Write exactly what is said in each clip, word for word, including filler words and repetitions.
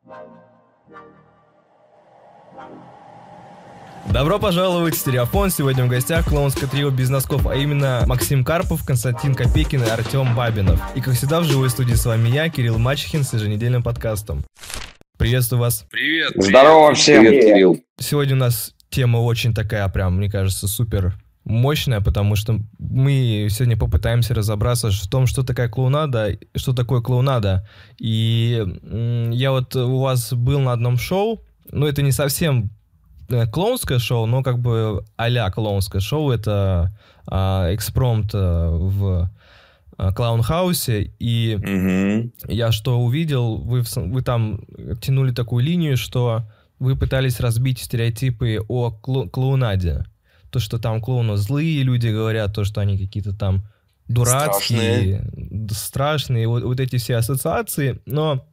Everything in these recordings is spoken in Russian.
Добро пожаловать в Стереофон. Сегодня в гостях клоунское трио без носков, а именно Максим Карпов, Константин Копейкин и Артем Бабинов. И как всегда в живой студии с вами я, Кирилл Мачехин, с еженедельным подкастом. Приветствую вас. Привет. Здорово всем. Привет, Кирилл. Сегодня у нас тема очень такая, прям, мне кажется, супер мощная, потому что мы сегодня попытаемся разобраться в том, что такая клоунада, что такое клоунада. И м, я вот у вас был на одном шоу, но это не совсем клоунское шоу, но как бы а-ля клоунское шоу. Это а, экспромт а, в а, Клаунхаусе. И Угу. я что увидел, вы, в- вы там тянули такую линию, что вы пытались разбить стереотипы о кло- клоунаде. То, что там клоуны злые люди говорят, то, что они какие-то там дурацкие, д- страшные, вот, вот эти все ассоциации. Но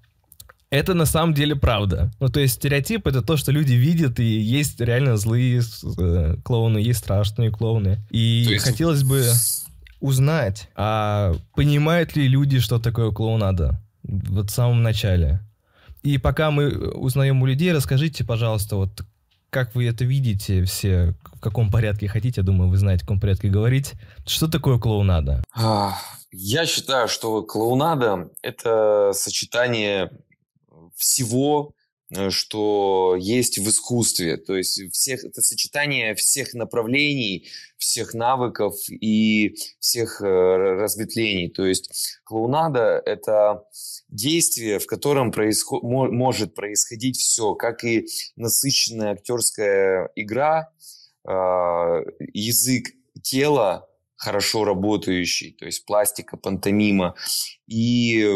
это на самом деле правда. Ну, то есть стереотип — это то, что люди видят, и есть реально злые э, клоуны, есть страшные клоуны. И То есть- хотелось бы узнать, а понимают ли люди, что такое клоунада вот в самом начале. И пока мы узнаем у людей, расскажите, пожалуйста, вот как вы это видите все, в каком порядке хотите, я думаю, вы знаете, в каком порядке говорить. Что такое клоунада? А, Я считаю, что клоунада – это сочетание всего, э, что есть в искусстве. То есть всех, это сочетание всех направлений, всех навыков и всех э, разветвлений. То есть клоунада – это действие, в котором происход- мо- может происходить все, как и насыщенная актерская игра, э, язык тела хорошо работающий, то есть пластика, пантомима, и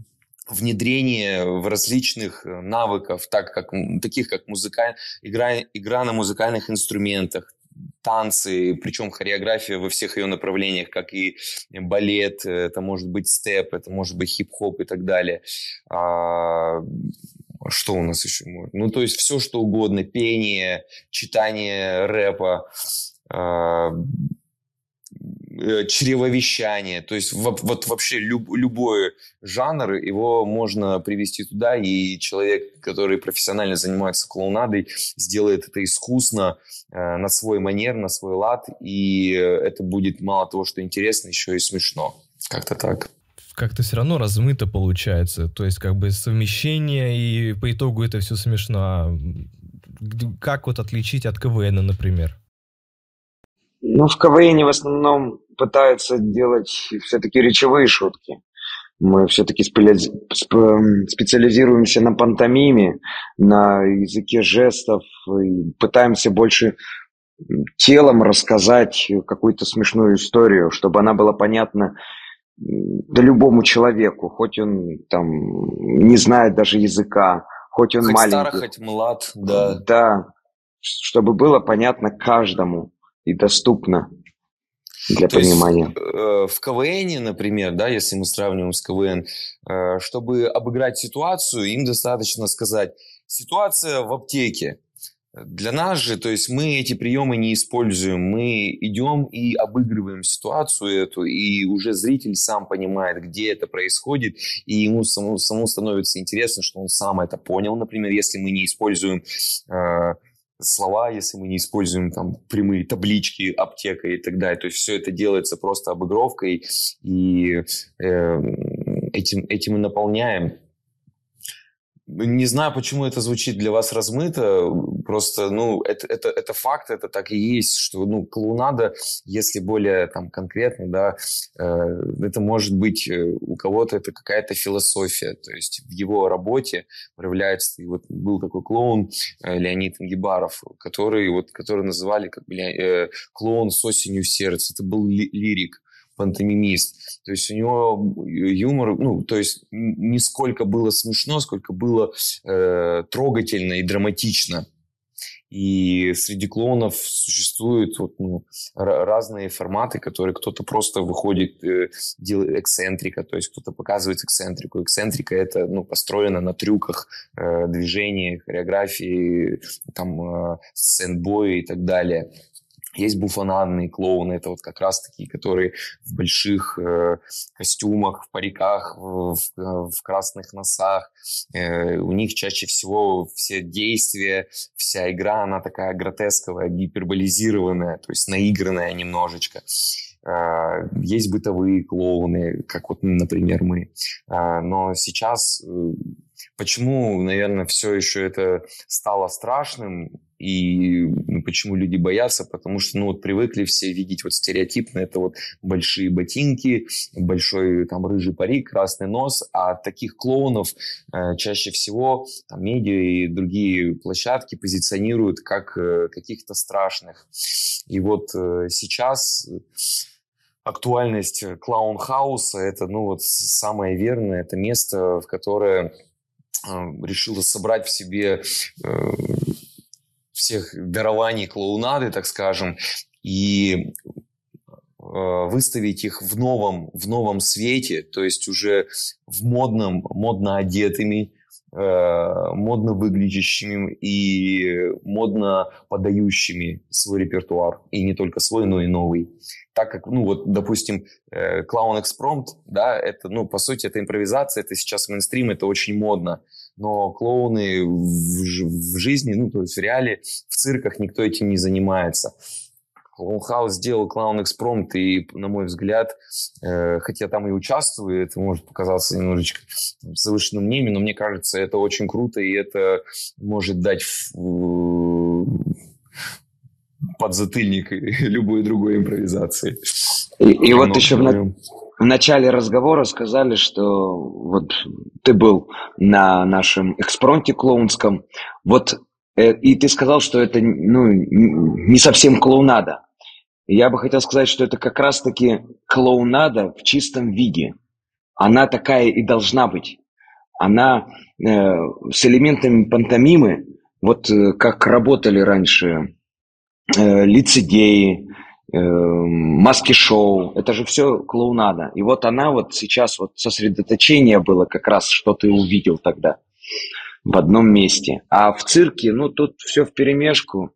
внедрение в различных э, навыков, так как, м, таких как музыка, игра, игра на музыкальных инструментах, танцы, причем хореография во всех ее направлениях, как и балет, э, это может быть степ, это может быть хип-хоп и так далее. А, что у нас еще может? Ну, то есть все, что угодно. Пение, читание рэпа, а, э, чревовещание. То есть во- вот вообще люб- любой жанр, его можно привести туда, и человек, который профессионально занимается клоунадой, сделает это искусно, э, на свой манер, на свой лад, и э, это будет мало того, что интересно, еще и смешно. Как-то так. Как-то все равно размыто получается. То есть как бы совмещение, и по итогу это все смешно. А г- как вот отличить от КВН, например? Ну, в КВН в основном пытаются делать все-таки речевые шутки. Мы все-таки специализируемся на пантомиме, на языке жестов, и пытаемся больше телом рассказать какую-то смешную историю, чтобы она была понятна м, да любому человеку, хоть он там не знает даже языка, хоть он Хоть старый, маленький. хоть млад, да. Да, чтобы было понятно каждому и доступно для То есть понимания. э, в КВН, например, да, если мы сравниваем с КВН, э, чтобы обыграть ситуацию, им достаточно сказать: ситуация в аптеке. Для нас же, то есть мы эти приемы не используем, мы идем и обыгрываем ситуацию эту, и уже зритель сам понимает, где это происходит, и ему самому, самому становится интересно, что он сам это понял, например, если мы не используем э, слова, если мы не используем там прямые таблички, аптека и так далее, то есть все это делается просто обыгровкой, и э, этим, этим и наполняем. Не знаю, почему это звучит для вас размыто, просто, ну, это, это, это факт, это так и есть, что, ну, клоунада, если более там конкретно, да, э, это может быть э, у кого-то это какая-то философия, то есть в его работе проявляется, и вот был такой клоун э, Леонид Ангибаров, который, вот, который называли как бы э, клоун с осенью в сердце, это был ли- лирик, пантомимист. То есть у него юмор, ну, то есть не сколько было смешно, сколько было э, трогательно и драматично. И среди клоунов существуют вот, ну, р- разные форматы, которые кто-то просто выходит, э, делает эксцентрика, то есть кто-то показывает эксцентрику. Эксцентрика это, ну, построено на трюках, э, движении, хореографии, там, э, сценбое и так далее. Есть буфонадные клоуны, это вот как раз такие, которые в больших э, костюмах, в париках, в, в, в красных носах. Э, у них чаще всего все действия, вся игра, она такая гротесковая, гиперболизированная, то есть наигранная немножечко. Э, есть бытовые клоуны, как вот, например, мы. Э, но сейчас... Э, почему, наверное, все еще это стало страшным, и почему люди боятся? Потому что, ну, вот привыкли все видеть вот стереотипно, это вот большие ботинки, большой там рыжий парик, красный нос, а таких клоунов э, чаще всего там медиа и другие площадки позиционируют как э, каких-то страшных. И вот э, сейчас актуальность клаун-хауса — это, ну, вот самое верное, это место, в которое э, решило собрать в себе э, всех дарований клоунады, так скажем, и э, выставить их в новом, в новом свете, то есть уже в модном, модно одетыми, э, модно выглядящими и модно подающими свой репертуар. И не только свой, но и новый. Так как, ну вот, допустим, э, клоун-экспромт, да, это, ну, по сути, это импровизация, это сейчас мейнстрим, это очень модно. Но клоуны в, в жизни, ну, то есть в реале, в цирках никто этим не занимается. Клоунхаус сделал клоун-экспромт, и, на мой взгляд, э, хотя там и участвую, это может показаться немножечко завышенным мнением, но мне кажется, это очень круто, и это может дать в, подзатыльник любой другой импровизации. И, и вот еще в, на... в начале разговора сказали, что вот ты был на нашем экспромте клоунском, вот, э, и ты сказал, что это, ну, не совсем клоунада. Я бы хотел сказать, что это как раз-таки клоунада в чистом виде. Она такая и должна быть. Она э, с элементами пантомимы, вот э, как работали раньше э, лицедеи, э, маски-шоу, это же все клоунада. И вот она вот сейчас, вот сосредоточение было как раз, что ты увидел тогда в одном месте. А в цирке, ну, тут все вперемешку.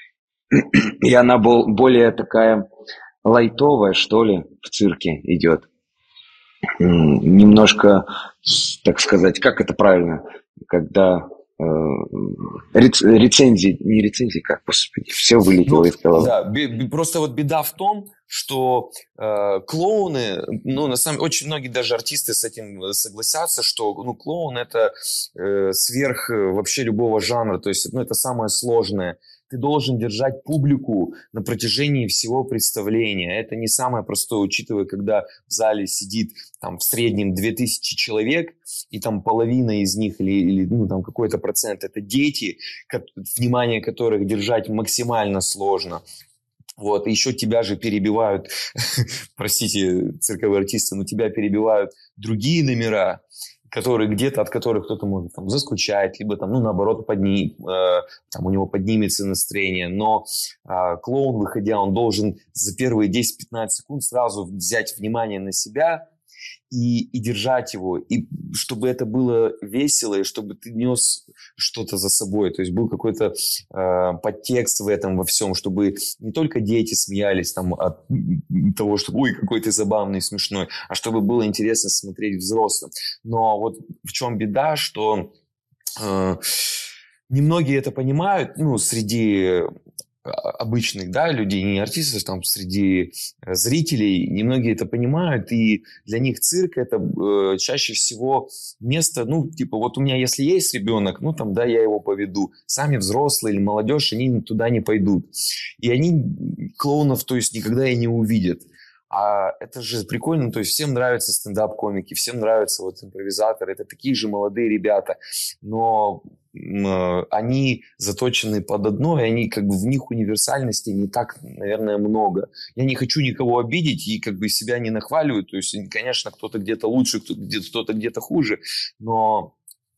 И она был более такая лайтовая, что ли, в цирке идет. Немножко, так сказать, как это правильно, когда э, рец, рецензии, не рецензии, как, господи, все вылетело ну, из головы. Да, б, просто вот беда в том, что э, клоуны, ну, на самом деле, очень многие даже артисты с этим согласятся, что, ну, клоун — это э, сверх вообще любого жанра, то есть, ну, это самое сложное. Ты должен держать публику на протяжении всего представления. Это не самое простое, учитывая, когда в зале сидит там в среднем две тысячи человек, и там половина из них или, или ну, там какой-то процент — это дети, внимание которых держать максимально сложно. Вот, и еще тебя же перебивают, простите, цирковые артисты, но тебя перебивают другие номера, которые где-то, от которых кто-то может там заскучать, либо там, ну, наоборот, подни, э, там у него поднимется настроение. Но э, клоун, выходя, он должен за первые десять-пятнадцать секунд сразу взять внимание на себя и, и держать его, и чтобы это было весело, и чтобы ты нес что-то за собой, то есть был какой-то э, подтекст в этом во всем, чтобы не только дети смеялись там от того, что ой, какой ты забавный, смешной, а чтобы было интересно смотреть взрослым. Но вот в чем беда, что э, немногие это понимают, ну, среди обычных, да, людей, не артистов, там, среди зрителей, немногие это понимают, и для них цирк — это э, чаще всего место, ну, типа, вот у меня, если есть ребенок, ну, там, да, я его поведу. Сами взрослые или молодежь, они туда не пойдут. И они клоунов, то есть, никогда и не увидят. А это же прикольно, то есть всем нравятся стендап-комики, всем нравятся вот импровизаторы, это такие же молодые ребята, но э, они заточены под одно, и они как бы в них универсальности не так, наверное, много. Я не хочу никого обидеть и как бы себя не нахваливаю, то есть, конечно, кто-то где-то лучше, кто-то где-то, кто-то где-то хуже, но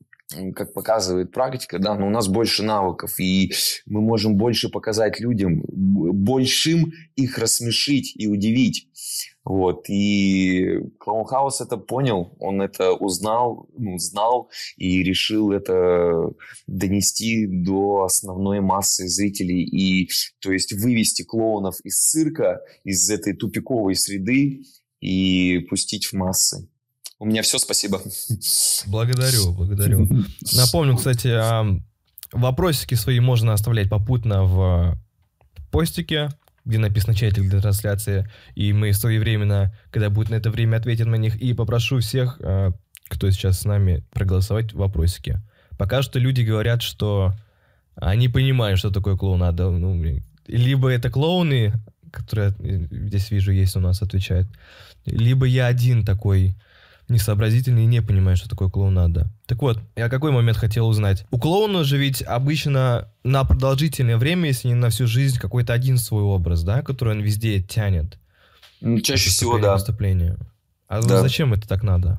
как показывает практика, да, но у нас больше навыков, и мы можем больше показать людям, большим их рассмешить и удивить. Вот. И Клоунхаус это понял, он это узнал, ну, знал и решил это донести до основной массы зрителей. И, то есть, вывести клоунов из цирка, из этой тупиковой среды и пустить в массы. У меня все, спасибо. Благодарю, благодарю. Напомню, кстати, вопросики свои можно оставлять попутно в постике, где написано чатик для трансляции, и мы своевременно, когда будет на это время, ответим на них, и попрошу всех, кто сейчас с нами, проголосовать в вопросике. Пока что люди говорят, что они понимают, что такое клоунада. Ну, либо это клоуны, которые здесь вижу есть у нас, отвечают, либо я один такой несообразительный и не понимаю, что такое клоунада. Так вот, я какой момент хотел узнать. У клоуна же ведь обычно на продолжительное время, если не на всю жизнь, какой-то один свой образ, да, который он везде тянет. Ну, чаще всего, да. Выступления. А да. Зачем это так надо?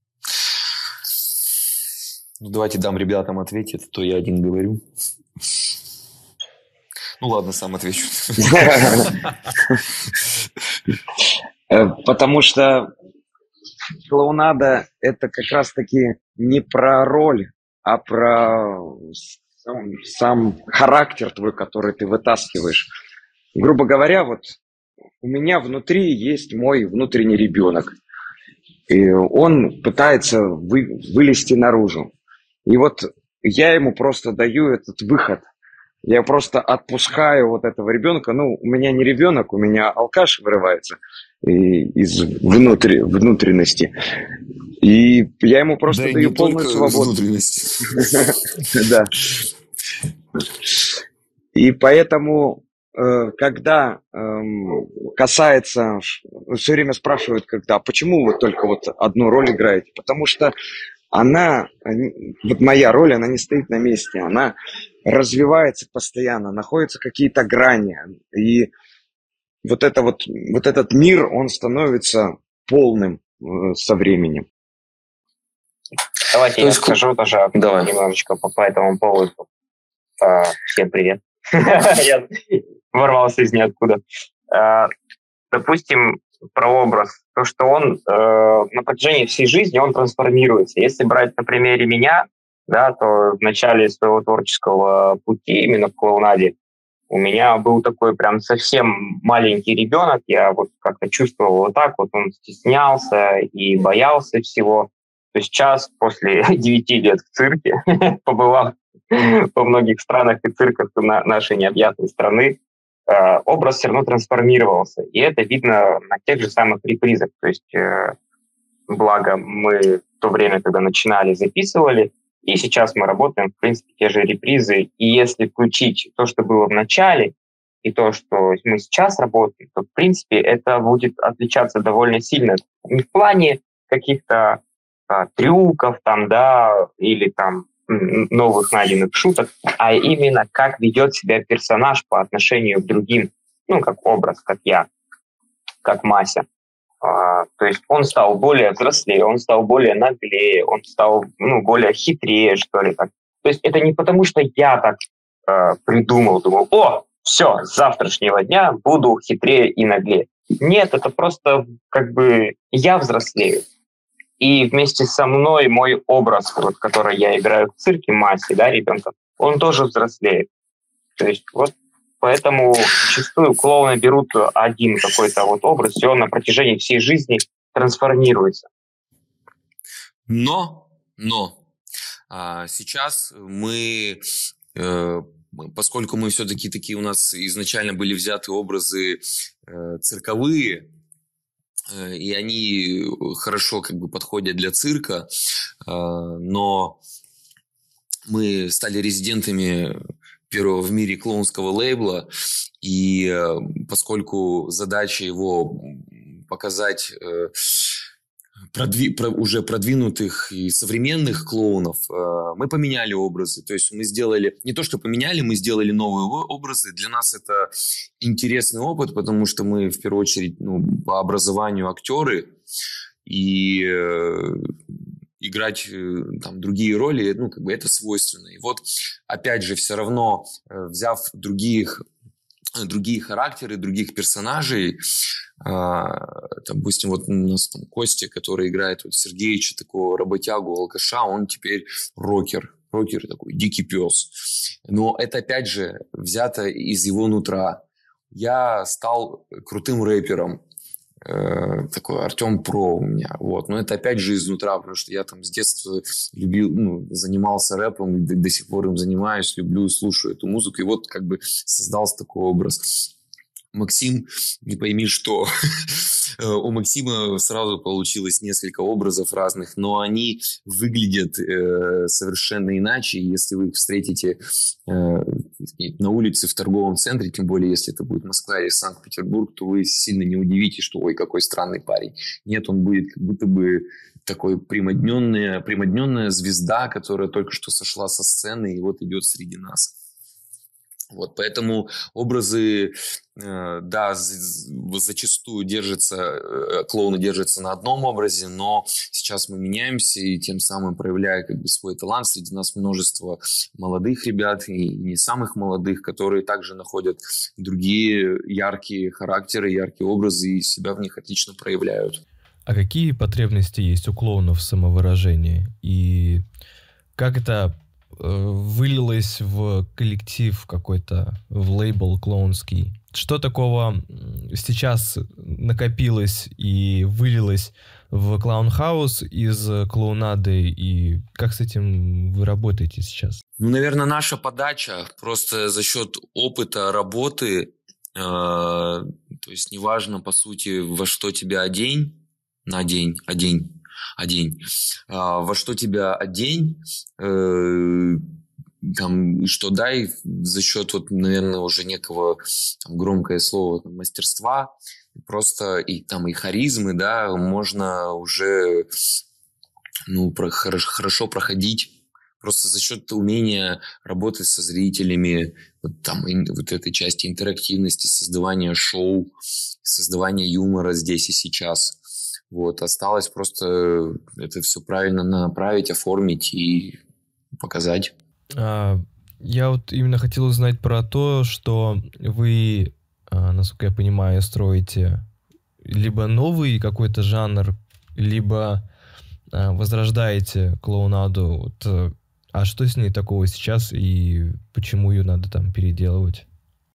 Ну, давайте дам ребятам ответить, а то я один говорю. Ну ладно, сам отвечу. Потому что клоунада – это как раз-таки не про роль, а про сам, сам характер твой, который ты вытаскиваешь. Грубо говоря, вот у меня внутри есть мой внутренний ребенок, и он пытается вы, вылезти наружу. И вот я ему просто даю этот выход. Я просто отпускаю вот этого ребенка. Ну, у меня не ребенок, у меня алкаш вырывается из внутри, внутренности. И я ему просто да даю полную свободу. Да. И поэтому, когда касается, все время спрашивают, когда, почему вы только вот одну роль играете? Потому что она, вот моя роль, она не стоит на месте, она развивается постоянно, находятся какие-то грани. И вот, это вот, вот этот мир, он становится полным э, со временем. Давайте То я есть... скажу тоже Давай. немножечко по, по этому поводу. А, всем привет. Я ворвался из ниоткуда. А, допустим, про образ. То, что он э, на протяжении всей жизни он трансформируется. Если брать на примере меня, да, то в начале своего творческого пути именно в клоунаде у меня был такой прям совсем маленький ребенок. Я вот как-то чувствовал вот так, вот он стеснялся и боялся всего. То есть сейчас, после девяти лет в цирке, побывав во многих странах и цирках нашей необъятной страны, образ все равно трансформировался. И это видно на тех же самых репризах. То есть, благо, мы в то время, когда начинали, записывали, и сейчас мы работаем, в принципе, те же репризы. И если включить то, что было в начале, и то, что мы сейчас работаем, то, в принципе, это будет отличаться довольно сильно. Не в плане каких-то а, трюков, там, да, или там новых найденных шуток, а именно как ведет себя персонаж по отношению к другим, ну, как образ, как я, как Мася. А, то есть он стал более взрослее, он стал более наглее, он стал, ну, более хитрее, что ли, так. То есть это не потому, что я так э, придумал, думал, о, все, с завтрашнего дня буду хитрее и наглее. Нет, это просто как бы я взрослею. И вместе со мной мой образ, вот, который я играю в цирке, Маси, да, ребенка, он тоже взрослеет. То есть вот поэтому зачастую клоуны берут один какой-то вот образ, и он на протяжении всей жизни трансформируется. Но, но а, сейчас мы, э, поскольку мы все-таки такие, у нас изначально были взяты образы э, цирковые, и они хорошо как бы подходят для цирка, но мы стали резидентами первого в мире клоунского лейбла, и поскольку задача его показать продви- про- уже продвинутых и современных клоунов, мы поменяли образы. То есть мы сделали, не то что поменяли, мы сделали новые образы. Для нас это интересный опыт, потому что мы в первую очередь, ну, по образованию актеры, и э, играть э, там другие роли, ну, как бы это свойственно. И вот, опять же, все равно, э, взяв других другие характеры, других персонажей. А, допустим, вот у нас там Костя, который играет вот Сергеича, такого работягу, алкаша, он теперь рокер. Рокер такой, дикий пес. Но это, опять же, взято из его нутра. Я стал крутым рэпером. Э, такой Артем Про у меня. Вот. Но это, опять же, изнутра, потому что я там с детства любил, ну, занимался рэпом, до, до сих пор им занимаюсь, люблю, слушаю эту музыку. И вот как бы создался такой образ. Максим, не пойми что. У Максима сразу получилось несколько образов разных, но они выглядят э, совершенно иначе. Если вы их встретите э, на улице в торговом центре, тем более если это будет Москва или Санкт-Петербург, то вы сильно не удивитесь, что ой, какой странный парень. Нет, он будет как будто бы такой примодненная, примодненная звезда, которая только что сошла со сцены и вот идет среди нас. Вот, поэтому образы, э, да, з- зачастую держатся, э, клоуны держатся на одном образе, но сейчас мы меняемся и тем самым проявляя как бы свой талант. Среди нас множество молодых ребят и не самых молодых, которые также находят другие яркие характеры, яркие образы и себя в них отлично проявляют. А какие потребности есть у клоунов в самовыражении? И как это вылилось в коллектив какой-то, в лейбл клоунский? Что такого сейчас накопилось и вылилось в Клаунхаус из клоунады, и как с этим вы работаете сейчас? Ну, наверное, наша подача просто за счет опыта работы, э, то есть неважно, по сути, во что тебя одень, на день, одень, одень, а, во что тебя одень, э, там, и что дай, за счет, вот, наверное, уже некого, там, громкое слово, там, мастерства, просто и, там, и харизмы, да, можно уже, ну, про, хорошо, хорошо проходить. Просто за счет умения работать со зрителями, вот, там, ин, вот этой части интерактивности, создавания шоу, создавания юмора здесь и сейчас. Вот, осталось просто это все правильно направить, оформить и показать. А, я вот именно хотел узнать про то, что вы, а, насколько я понимаю, строите либо новый какой-то жанр, либо а, возрождаете клоунаду. Вот, а что с ней такого сейчас и почему ее надо там переделывать?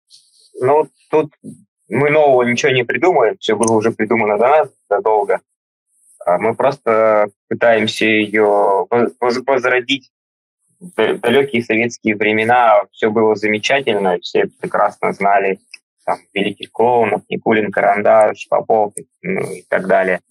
Ну, тут мы нового ничего не придумаем, все было уже придумано до нас задолго. Мы просто пытаемся ее возродить. В далекие советские времена все было замечательно, все прекрасно знали там, великих клоунов, Никулин, Карандаш, Попов, ну, и так далее.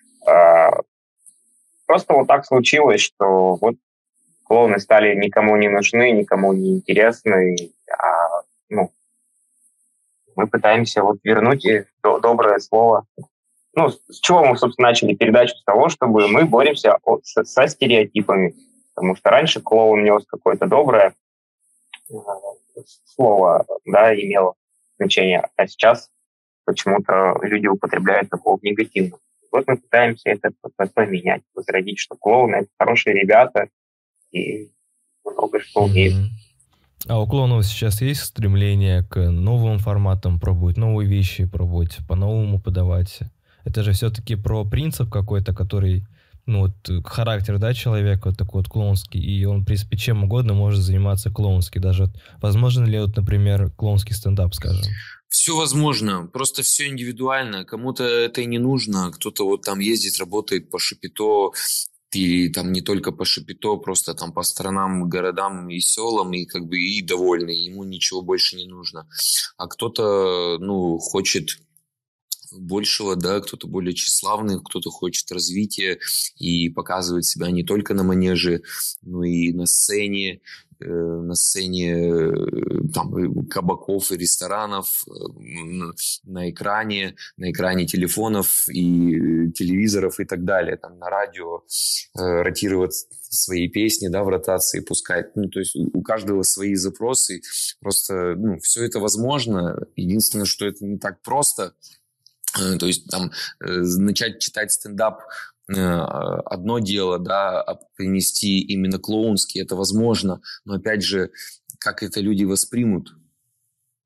Просто вот так случилось, что вот клоуны стали никому не нужны, никому не интересны, а, ну, мы пытаемся вот вернуть доброе слово. Ну, с чего мы, собственно, начали передачу? С того, чтобы мы боремся от, со, со стереотипами. Потому что раньше клоун нес какое-то доброе э, слово, да, имело значение, а сейчас почему-то люди употребляют такого негативного. Вот мы пытаемся это поменять, возродить, что клоуны — это хорошие ребята и много что умеют. Mm-hmm. А у клоунов сейчас есть стремление к новым форматам пробовать, новые вещи пробовать, по-новому подавать? Это же все-таки про принцип какой-то, который, ну вот, характер, да, человека, вот такой вот клоунский, и он, в принципе, чем угодно может заниматься клоунски. Даже вот, возможно ли, вот, например, клоунский стендап, скажем? Все возможно, просто все индивидуально. Кому-то это и не нужно, кто-то вот там ездит, работает по шапито, и там не только по шапито, просто там по странам, городам и селам, и как бы и довольный, ему ничего больше не нужно. А кто-то, ну, хочет большего, да, кто-то более тщеславный, кто-то хочет развития и показывает себя не только на манеже, но и на сцене, э, на сцене э, там, кабаков и ресторанов, э, на экране, на экране телефонов и телевизоров и так далее, там, на радио, э, ротировать свои песни, да, в ротации пускать. Ну, то есть у каждого свои запросы. Просто, ну, все это возможно. Единственное, что это не так просто. То есть там э, начать читать стендап э, одно дело, да, а принести именно клоунский, это возможно, но опять же, как это люди воспримут?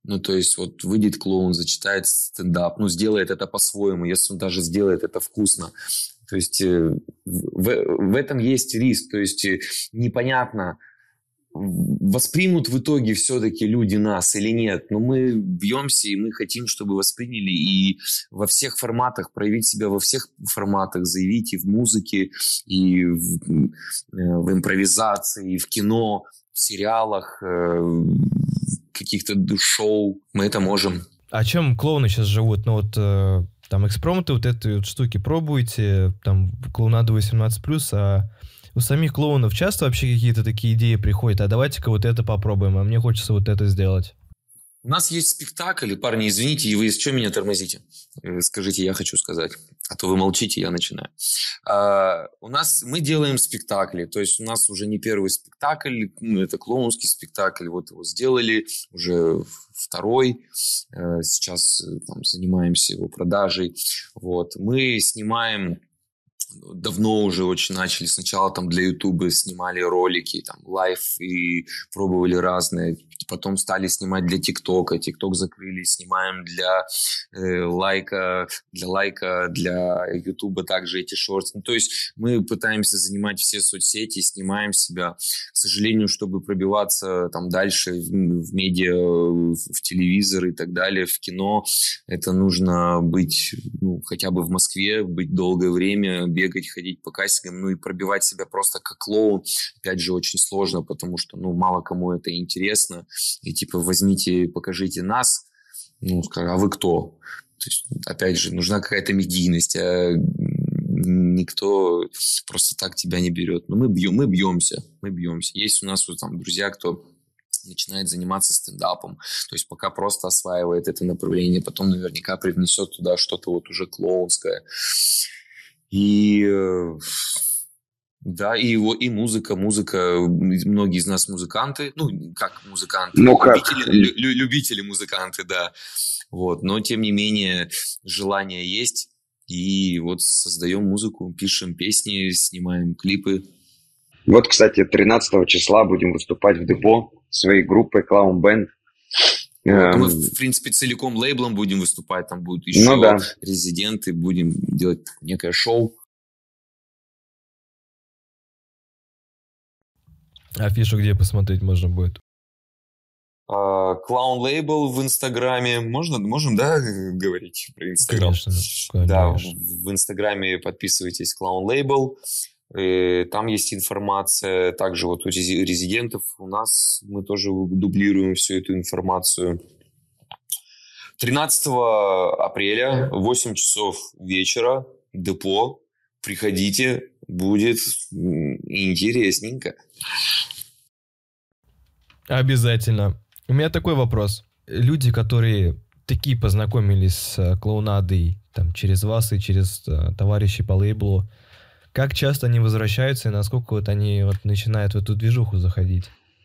Ну, то есть вот выйдет клоун, зачитает стендап, ну, сделает это по-своему, если он даже сделает это вкусно. То есть э, в, в этом есть риск. То есть э, непонятно, воспримут в итоге все-таки люди нас или нет. Но мы бьемся, и мы хотим, чтобы восприняли. И во всех форматах, проявить себя во всех форматах, заявить и в музыке, и в, в импровизации, и в кино, в сериалах, э, каких-то шоу. Мы это можем. А чем клоуны сейчас живут? Ну вот э, там экспромты, вот эти вот штуки пробуете, там клоунаду восемнадцать плюс, а у самих клоунов часто вообще какие-то такие идеи приходят, а давайте-ка вот это попробуем, а мне хочется вот это сделать. У нас есть спектакль, парни, извините, и вы что меня тормозите? Скажите, я хочу сказать. А то вы молчите, я начинаю. А, у нас, мы делаем спектакли, то есть у нас уже не первый спектакль, ну, это клоунский спектакль, вот его сделали, уже второй, а, сейчас там, занимаемся его продажей. Вот. Мы снимаем, давно уже очень начали, сначала там для Ютуба снимали ролики, там, лайв, и пробовали разные. Потом стали снимать для ТикТока. ТикТок закрыли, снимаем для э, лайка, для лайка, для Ютуба также эти шорты. Ну, то есть мы пытаемся занимать все соцсети, снимаем себя. К сожалению, чтобы пробиваться там дальше в, в медиа, в телевизор и так далее, в кино, это нужно быть, ну, хотя бы в Москве, быть долгое время, бегать, ходить по кастингам, ну и пробивать себя просто как клоун, опять же, очень сложно, потому что, ну, мало кому это интересно. И типа возьмите, покажите нас, ну, скажем, а вы кто? То есть, опять же, нужна какая-то медийность, а никто просто так тебя не берет. Но мы бьем, мы бьемся, мы бьемся. Есть у нас вот там друзья, кто начинает заниматься стендапом, то есть пока просто осваивает это направление, потом наверняка привнесет туда что-то вот уже клоунское. И да, и, и музыка, музыка, многие из нас музыканты, ну, как музыканты, ну, как? Любители, лю, любители музыканты, да, вот, но, тем не менее, желание есть, и вот создаем музыку, пишем песни, снимаем клипы. Вот, кстати, тринадцатого числа будем выступать в депо своей группой Clown Band. Вот, мы, в принципе, целиком лейблом будем выступать, там будут еще ну, да. резиденты, будем делать некое шоу. Афишу где посмотреть можно будет? Клаун Лейбл в Инстаграме. Можно, можем, да, говорить про Инстаграм? Конечно, конечно. Да, в, в Инстаграме подписывайтесь Клаун Лейбл. Там есть информация. Также вот у резидентов у нас мы тоже дублируем всю эту информацию. тринадцатого апреля, восемь часов вечера, депо. Приходите, будет интересненько. Обязательно. У меня такой вопрос. Люди, которые такие познакомились с клоунадой там, через вас и через uh, товарищей по лейблу, как часто они возвращаются и насколько вот они вот начинают в эту движуху заходить?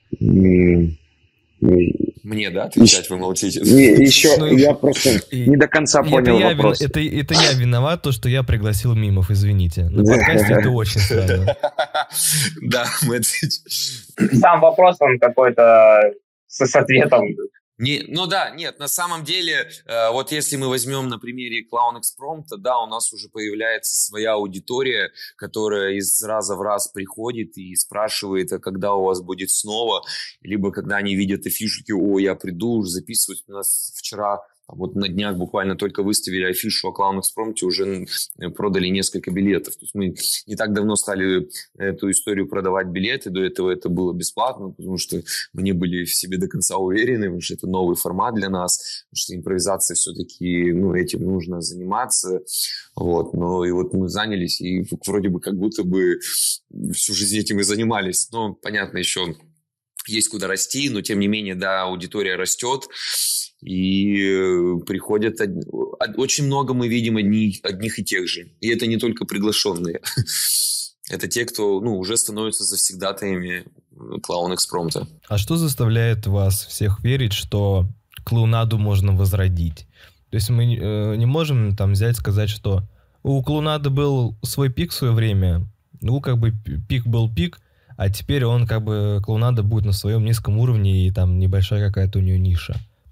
Мне, да, отвечать, вы молчите? Не, еще ну, я просто и, не до конца понял это вопрос. Я, это, это я виноват, то, что я пригласил мимов, извините. На подкасте это очень странно. Да, мы отвечаем. Сам вопрос, он какой-то с ответом. Не, ну да, нет, на самом деле, э, вот если мы возьмем на примере Clown Экспромта, да, у нас уже появляется своя аудитория, которая из раза в раз приходит и спрашивает, а когда у вас будет снова, либо когда они видят афишки, о, я приду, записывать. У нас вчера, вот на днях буквально только выставили афишу о Clown Экспромте, уже продали несколько билетов. То есть мы не так давно стали эту историю продавать билеты, до этого это было бесплатно, потому что мы не были в себе до конца уверены, потому что это новый формат для нас, потому что импровизация все-таки, ну, этим нужно заниматься, вот, но и вот мы занялись, и вроде бы как будто бы всю жизнь этим и занимались, но, понятно, еще есть куда расти, но, тем не менее, да, аудитория растет, и приходят... Очень много мы видим одни, одних и тех же. И это не только приглашенные. Это те, кто ну, уже становятся завсегдатаями Клоун Экспромта. А что заставляет вас всех верить, что клоунаду можно возродить? То есть мы э, не можем там взять и сказать, что у клоунады был свой пик в свое время. Ну, как бы пик был пик, а теперь он как бы клоунада будет на своем низком уровне, и там небольшая какая-то у нее ниша.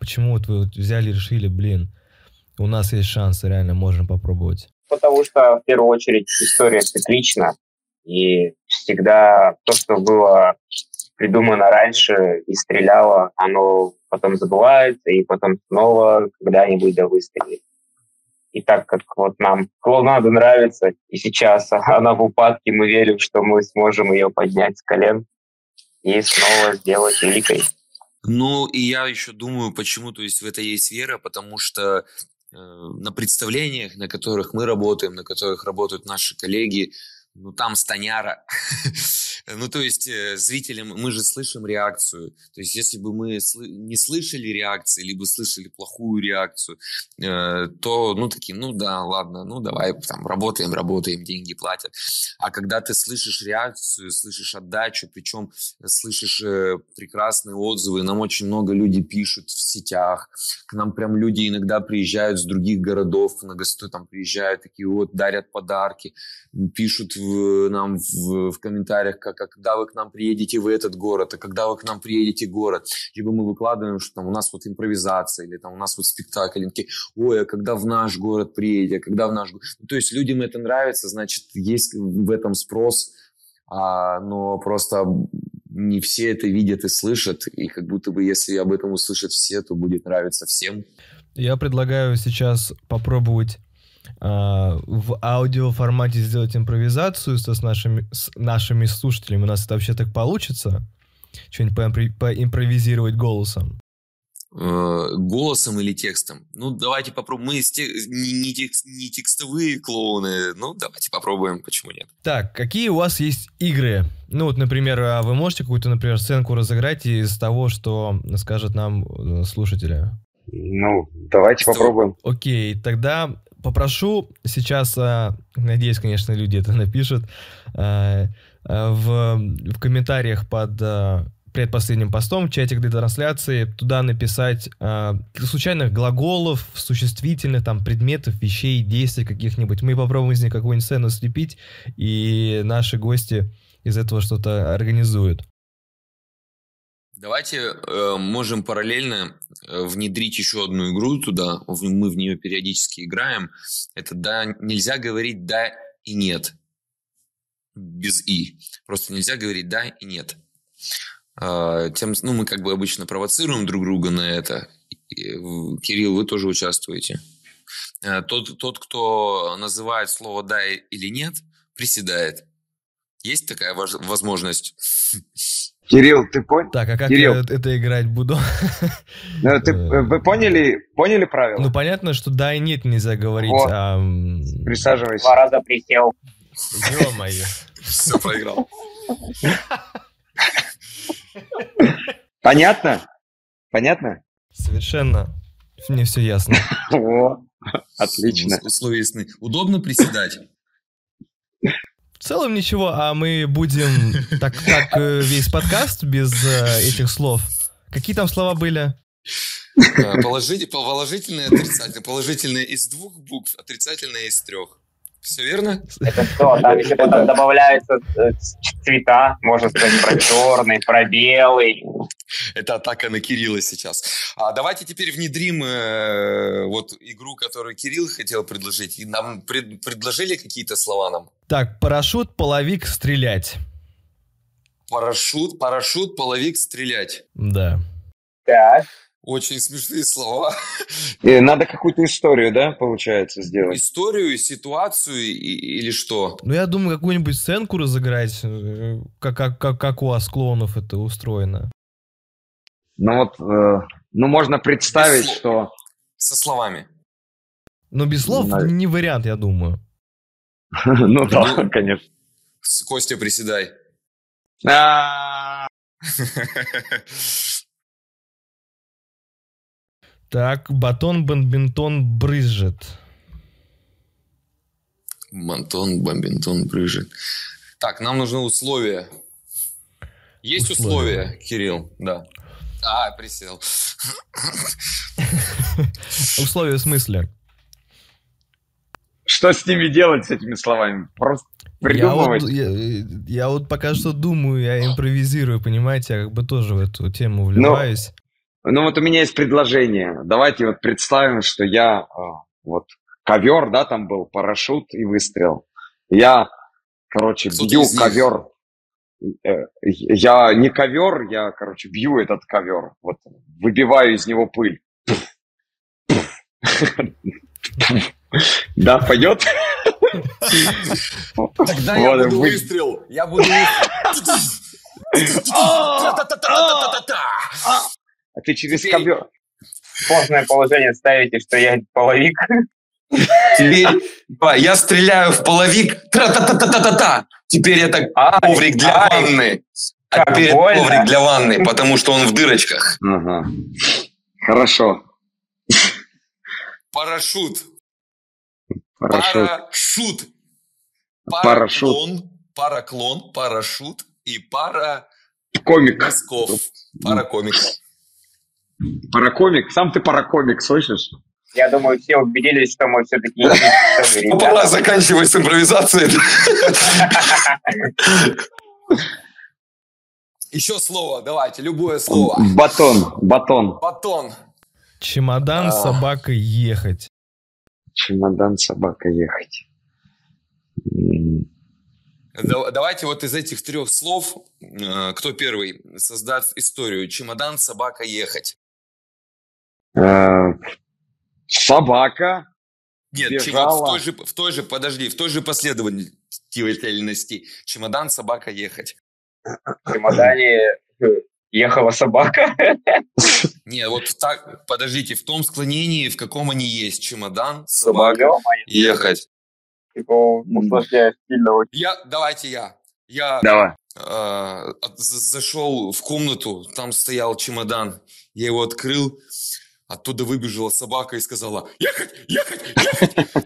Почему вот вы вот взяли и решили, блин, у нас есть шанс, реально можем попробовать? Потому что, в первую очередь, история циклична, и всегда то, что было придумано раньше и стреляло, оно потом забывается, и потом снова когда-нибудь да выстрелит. И так как вот нам клоунада нравится, и сейчас она в упадке, мы верим, что мы сможем ее поднять с колен и снова сделать великой. Ну, и я еще думаю, почему, то есть в это есть вера, потому что э, на представлениях, на которых мы работаем, на которых работают наши коллеги, ну, там стоняра. Ну, то есть э, зрителям, мы же слышим реакцию. То есть если бы мы сл- не слышали реакции, либо слышали плохую реакцию, э, то, ну, такие, ну, да, ладно, ну, давай, там, работаем, работаем, деньги платят. А когда ты слышишь реакцию, слышишь отдачу, причем слышишь э, прекрасные отзывы, нам очень много людей пишут в сетях, к нам прям люди иногда приезжают с других городов, на гости там приезжают, такие вот, дарят подарки, пишут в, нам в, в комментариях, как, а когда вы к нам приедете в этот город, а когда вы к нам приедете в город. Либо мы выкладываем, что там у нас вот импровизация, или там у нас вот спектакль, такие, ой, а когда в наш город приедете, а когда в наш город. Ну, то есть людям это нравится, значит, есть в этом спрос, а, но просто не все это видят и слышат, и как будто бы если об этом услышат все, то будет нравиться всем. Я предлагаю сейчас попробовать в аудиоформате сделать импровизацию с нашими, с нашими слушателями. У нас это вообще так получится? Что-нибудь поимпро- поимпровизировать голосом? Голосом или текстом? Ну, давайте попробуем. Мы те... не, не, текст... не текстовые клоуны. Ну, давайте попробуем, почему нет. Так, какие у вас есть игры? Ну, вот, например, вы можете какую-то, например, сценку разыграть из того, что скажут нам слушатели? Ну, давайте что? Попробуем. Окей, тогда попрошу сейчас, надеюсь, конечно, люди это напишут, в, в комментариях под предпоследним постом в чате для трансляции туда написать случайных глаголов, существительных, там, предметов, вещей, действий каких-нибудь. Мы попробуем из них какую-нибудь сцену слепить, и наши гости из этого что-то организуют. Давайте э, можем параллельно э, внедрить еще одну игру туда. В, мы в нее периодически играем. Это да, нельзя говорить да и нет. Без и. Просто нельзя говорить да и нет. Э, тем, ну, мы как бы обычно провоцируем друг друга на это. И, Кирилл, вы тоже участвуете. Э, тот, тот, кто называет слово да или нет, приседает. Есть такая возможность? Кирилл, ты понял? Так, а как Кирилл. я это играть буду? Ну, ты, вы поняли, поняли правила? Ну, понятно, что да и нет нельзя говорить. Вот. А... Присаживайся. Два раза присел. Ё-моё. Все, проиграл. Понятно? Понятно? Совершенно. Мне все ясно. О, отлично. Условия ясны. Удобно приседать? В целом ничего, а мы будем так, так весь подкаст без э, этих слов. Какие там слова были? Положите, положительное, отрицательное. Положительное из двух букв, отрицательное из трех. Все верно? Это что? Там еще потом добавляются цвета, можно сказать, про черный, про белый. Это атака на Кирилла сейчас. А давайте теперь внедрим э, вот игру, которую Кирилл хотел предложить. И нам пред, предложили какие-то слова нам? Так, парашют, половик, стрелять. Парашют, парашют, половик, стрелять. Да. Так. Очень смешные слова. И надо какую-то историю, да, получается, сделать? Историю, ситуацию и, или что? Ну, я думаю, какую-нибудь сценку разыграть, как, как, как, как у вас, клоунов, это устроено. Ну вот, э, ну можно представить, слов. что... Со словами. Но без слов Ну, не вариант, я думаю. Ну да, конечно. Костя, приседай. Так, батон, бомбинтон, брызжет. Бантон, бомбинтон, брызжет. Так, нам нужны условия. Есть условия, условия Кирилл? Да. А, присел. Условия в смысле? Что с ними делать, с этими словами? Просто придумывать? Я вот, я, я вот пока что думаю, я импровизирую, понимаете, я как бы тоже в эту тему вливаюсь. Ну вот у меня есть предложение. Давайте вот представим, что я вот ковер, да, там был парашют и выстрел. Я, короче, Кто-то бью из них. ковер. Я не ковер, я, короче, бью этот ковер. Вот выбиваю из него пыль. Да, пойдет? Тогда я буду выстрел. Я буду выстрел. А ты через ковер. Сложное положение ставите, что я половик. Теперь я стреляю в половик. Тра-та-та-та-та-та. Теперь это коврик для ванны. А теперь это коврик для ванны, потому что он в дырочках. Ага. Хорошо. Парашют. Парашют. Парашют. Парашют. Параклон, парашют и пара комик. Носков. Паракомик. Паракомик? Сам ты паракомик, слышишь? Я думаю, все убедились, что мы все-таки... Пора заканчивать с импровизацией. Еще слово, давайте, любое слово. Батон, батон. Батон. Чемодан с собакой ехать. Чемодан с собакой ехать. Давайте вот из этих трех слов, кто первый создаст историю? Чемодан, собака, ехать. Собака. Нет, бежала. В той же, в той же, подожди, в той же последовательности. Чемодан, собака, ехать. В чемодане ехала собака. Не, вот так, подождите, в том склонении, в каком они есть. Чемодан, собака, ехать. Я, давайте я. Я Давай. Э, зашел в комнату, там стоял чемодан. Я его открыл. Оттуда выбежала собака и сказала: ехать, ехать, ехать.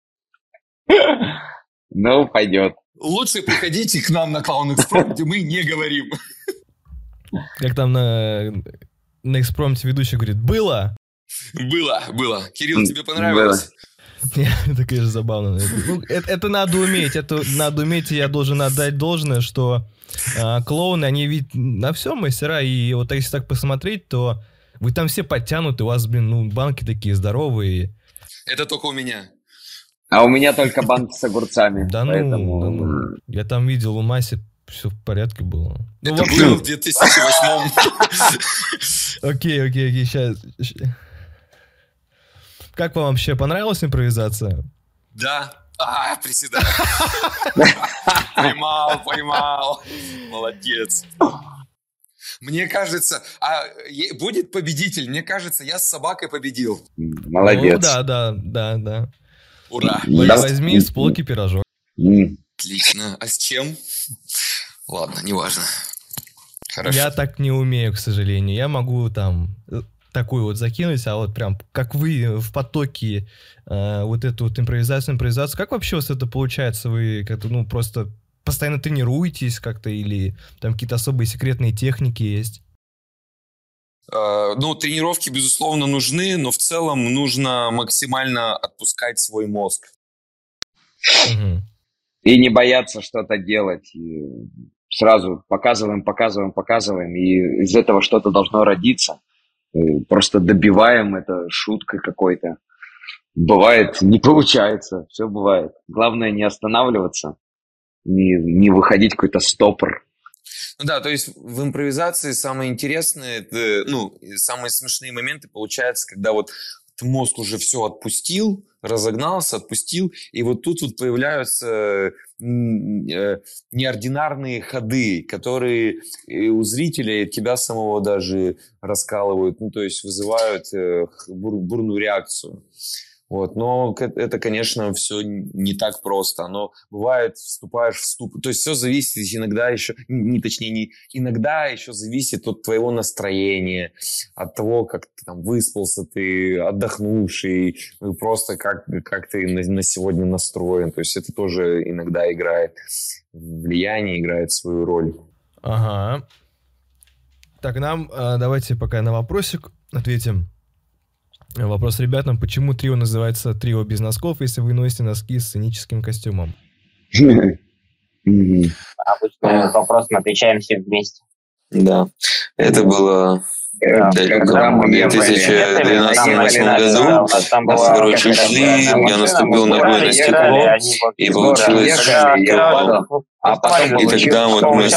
Ну, пойдет. Лучше приходите к нам на Clown Express, где мы не говорим. Как там на, на экспромте ведущий говорит: было? Было, было. Кирилл, тебе понравилось? Это, конечно, забавно. Ну, это, это надо уметь. Это надо уметь, и я должен отдать должное, что а, клоуны, они ведь на все мастера. И вот если так посмотреть, то вы там все подтянуты, у вас, блин, ну, банки такие здоровые. Это только у меня. А у меня только банки с огурцами. Да ну, поэтому... да ну. Я там видел у Маси, все в порядке было. Это Ну, было в две тысячи восьмом. Окей, окей, окей, сейчас... Как вам вообще понравилась импровизация? Да. А, приседаю. Поймал, поймал. Молодец. Мне кажется, а будет победитель. Мне кажется, я с собакой победил. Молодец. Ну, да, да, да, да. Ура. Да. Возьми с полки пирожок. Отлично. А с чем? Ладно, неважно. Хорошо. Я так не умею, к сожалению. Я могу там такую вот закинуть, а вот прям как вы в потоке э, вот эту вот импровизацию, импровизацию. Как вообще у вас это получается? Вы как-то, ну, просто постоянно тренируетесь как-то или там какие-то особые секретные техники есть? Uh, ну, тренировки, безусловно, нужны, но в целом нужно максимально отпускать свой мозг. Угу. И не бояться что-то делать. И сразу показываем, показываем, показываем, и из этого что-то должно родиться. И просто добиваем это шуткой какой-то. Бывает, не получается, все бывает. Главное не останавливаться, не, не выходить в какой-то стопор. Да, то есть в импровизации самое интересное, это, ну, самые смешные моменты получаются, когда вот мозг уже все отпустил, разогнался, отпустил, и вот тут вот появляются неординарные ходы, которые у зрителя и тебя самого даже раскалывают, ну, то есть вызывают бур- бурную реакцию. Вот, но это, конечно, все не так просто. Оно бывает, вступаешь в ступор. То есть все зависит иногда еще, не точнее, не, иногда еще зависит от твоего настроения, от того, как ты там выспался, ты отдохнувший, просто как, как ты на, на сегодня настроен. То есть это тоже иногда играет влияние, играет свою роль. Ага. Так, нам давайте пока на вопросик ответим. Вопрос ребятам: почему трио называется трио без носков, если вы носите носки с сценическим костюмом? Обычно этот вопрос мы отвечаем все вместе. Да, это было Да. Когда мы в две ехали, тысячи двенадцатом ехали году на Там мы, была короче, шли, я наступил ногой на стекло, и получилось, ехали, я что... упал. А потом И тогда вот мы,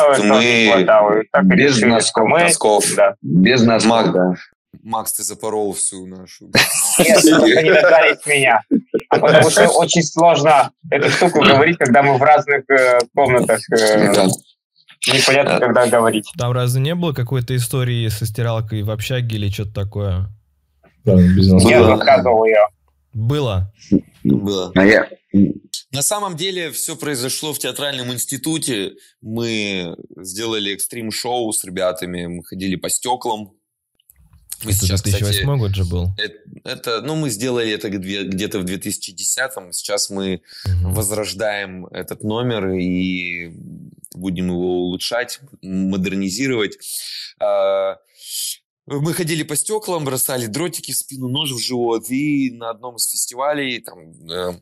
мы без носков, носков. Да. без носков, Мак- да. Макс, ты запорол всю нашу... Нет, только не дождались меня. А потому что очень сложно эту штуку говорить, когда мы в разных э, комнатах. Э, Да. непонятно, когда говорить. Там разве не было какой-то истории со стиралкой в общаге или что-то такое? Я рассказывал ее. Было. Было. А я... На самом деле все произошло в театральном институте. Мы сделали экстрим-шоу с ребятами, мы ходили по стеклам. Мы Это сейчас, две тысячи восьмой кстати, год же был. это, это, ну, мы сделали это где- где-то в две тысячи десятом. Сейчас мы Мгм. возрождаем этот номер и будем его улучшать, модернизировать. А, Мы ходили по стеклам, бросали дротики в спину, нож в живот. И на одном из фестивалей, там э,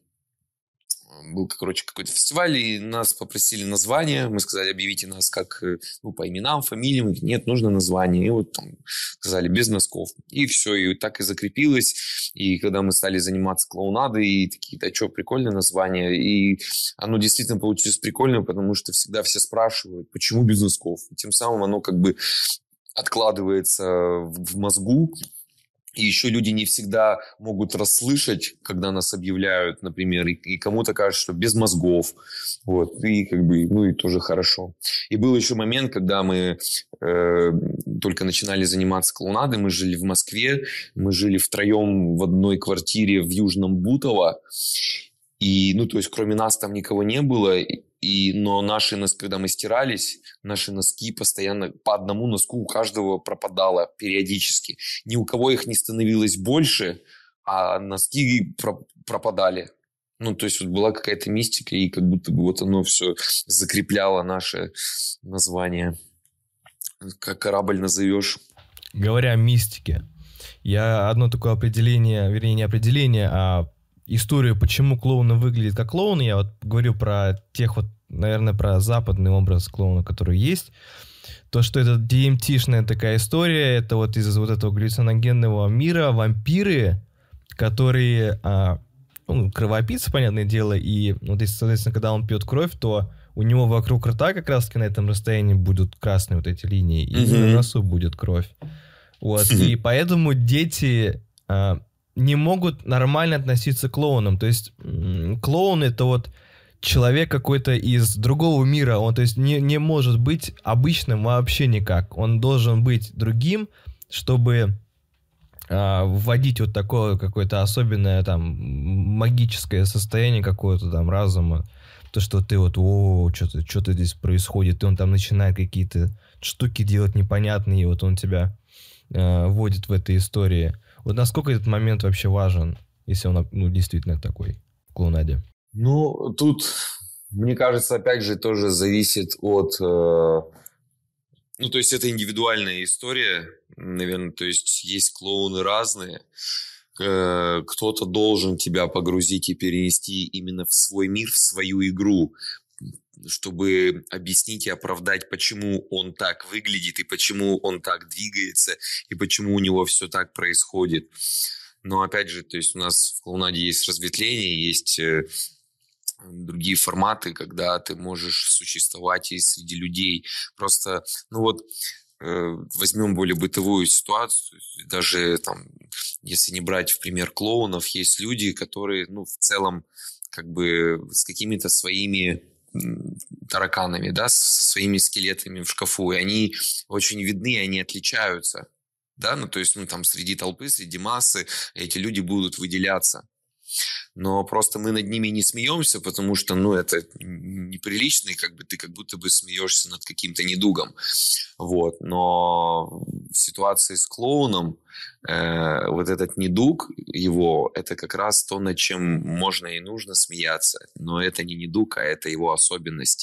был, короче, какой-то фестиваль, и нас попросили название. Мы сказали, объявите нас как, э, ну, по именам, фамилиям. Мы говорим, нет, нужно название. И вот там сказали, без носков. И все, и так и закрепилось. И когда мы стали заниматься клоунадой, и такие, да что, прикольное название. И оно действительно получилось прикольным, потому что всегда все спрашивают, почему без носков. И тем самым оно как бы откладывается в в мозгу. И еще люди не всегда могут расслышать, когда нас объявляют, например, и, и кому-то кажется, что без мозгов. Вот, и как бы, ну и тоже хорошо. И был еще момент, когда мы э, только начинали заниматься клоунадой, мы жили в Москве, мы жили втроем в одной квартире в Южном Бутово. И, ну, то есть, кроме нас там никого не было. И, но наши носки, когда мы стирались, наши носки постоянно по одному носку у каждого пропадало периодически. Ни у кого их не становилось больше, а носки про- пропадали. Ну, то есть, вот была какая-то мистика, и как будто бы вот оно все закрепляло наше название. Как корабль назовешь. Говоря о мистике, я одно такое определение, вернее, не определение, а историю, почему клоуны выглядят как клоуны. Я вот говорю про тех вот, наверное, про западный образ клоуна, который есть. То, что это ди эм ти-шная такая история, это вот из вот этого галлюциногенного мира вампиры, которые, а, ну, кровопийцы, понятное дело, и вот, если, соответственно, когда он пьет кровь, то у него вокруг рта как раз-таки на этом расстоянии будут красные вот эти линии, и Мгм. на носу будет кровь. Вот, и поэтому дети а, не могут нормально относиться к клоунам. То есть м, клоун — это вот человек какой-то из другого мира. Он, то есть, не, не может быть обычным вообще никак. Он должен быть другим, чтобы а, вводить вот такое какое-то особенное там магическое состояние какого-то там разума. То, что ты вот, о, что-то, что-то здесь происходит, и он там начинает какие-то штуки делать непонятные, и вот он тебя э, вводит в этой истории. Вот насколько этот момент вообще важен, если он, ну, действительно такой в клоунаде? Ну, тут, мне кажется, опять же, тоже зависит от... э, Ну, то есть, это индивидуальная история, наверное. То есть, есть клоуны разные. Э, Кто-то должен тебя погрузить и перенести именно в свой мир, в свою игру, чтобы объяснить и оправдать, почему он так выглядит, и почему он так двигается, и почему у него все так происходит. Но, опять же, то есть, у нас в клоунаде есть разветвления, есть... э, другие форматы, когда ты можешь существовать и среди людей. Просто, ну вот, э, возьмем более бытовую ситуацию, даже там, если не брать в пример клоунов, есть люди, которые, ну, в целом, как бы с какими-то своими м, тараканами, да, со своими скелетами в шкафу, и они очень видны, они отличаются, да, ну, то есть, ну, там, среди толпы, среди массы эти люди будут выделяться. Но просто мы над ними не смеемся, потому что, ну, это неприлично, и как бы ты как будто бы смеешься над каким-то недугом. Вот. Но в ситуации с клоуном э, вот этот недуг его, это как раз то, над чем можно и нужно смеяться. Но это не недуг, а это его особенность,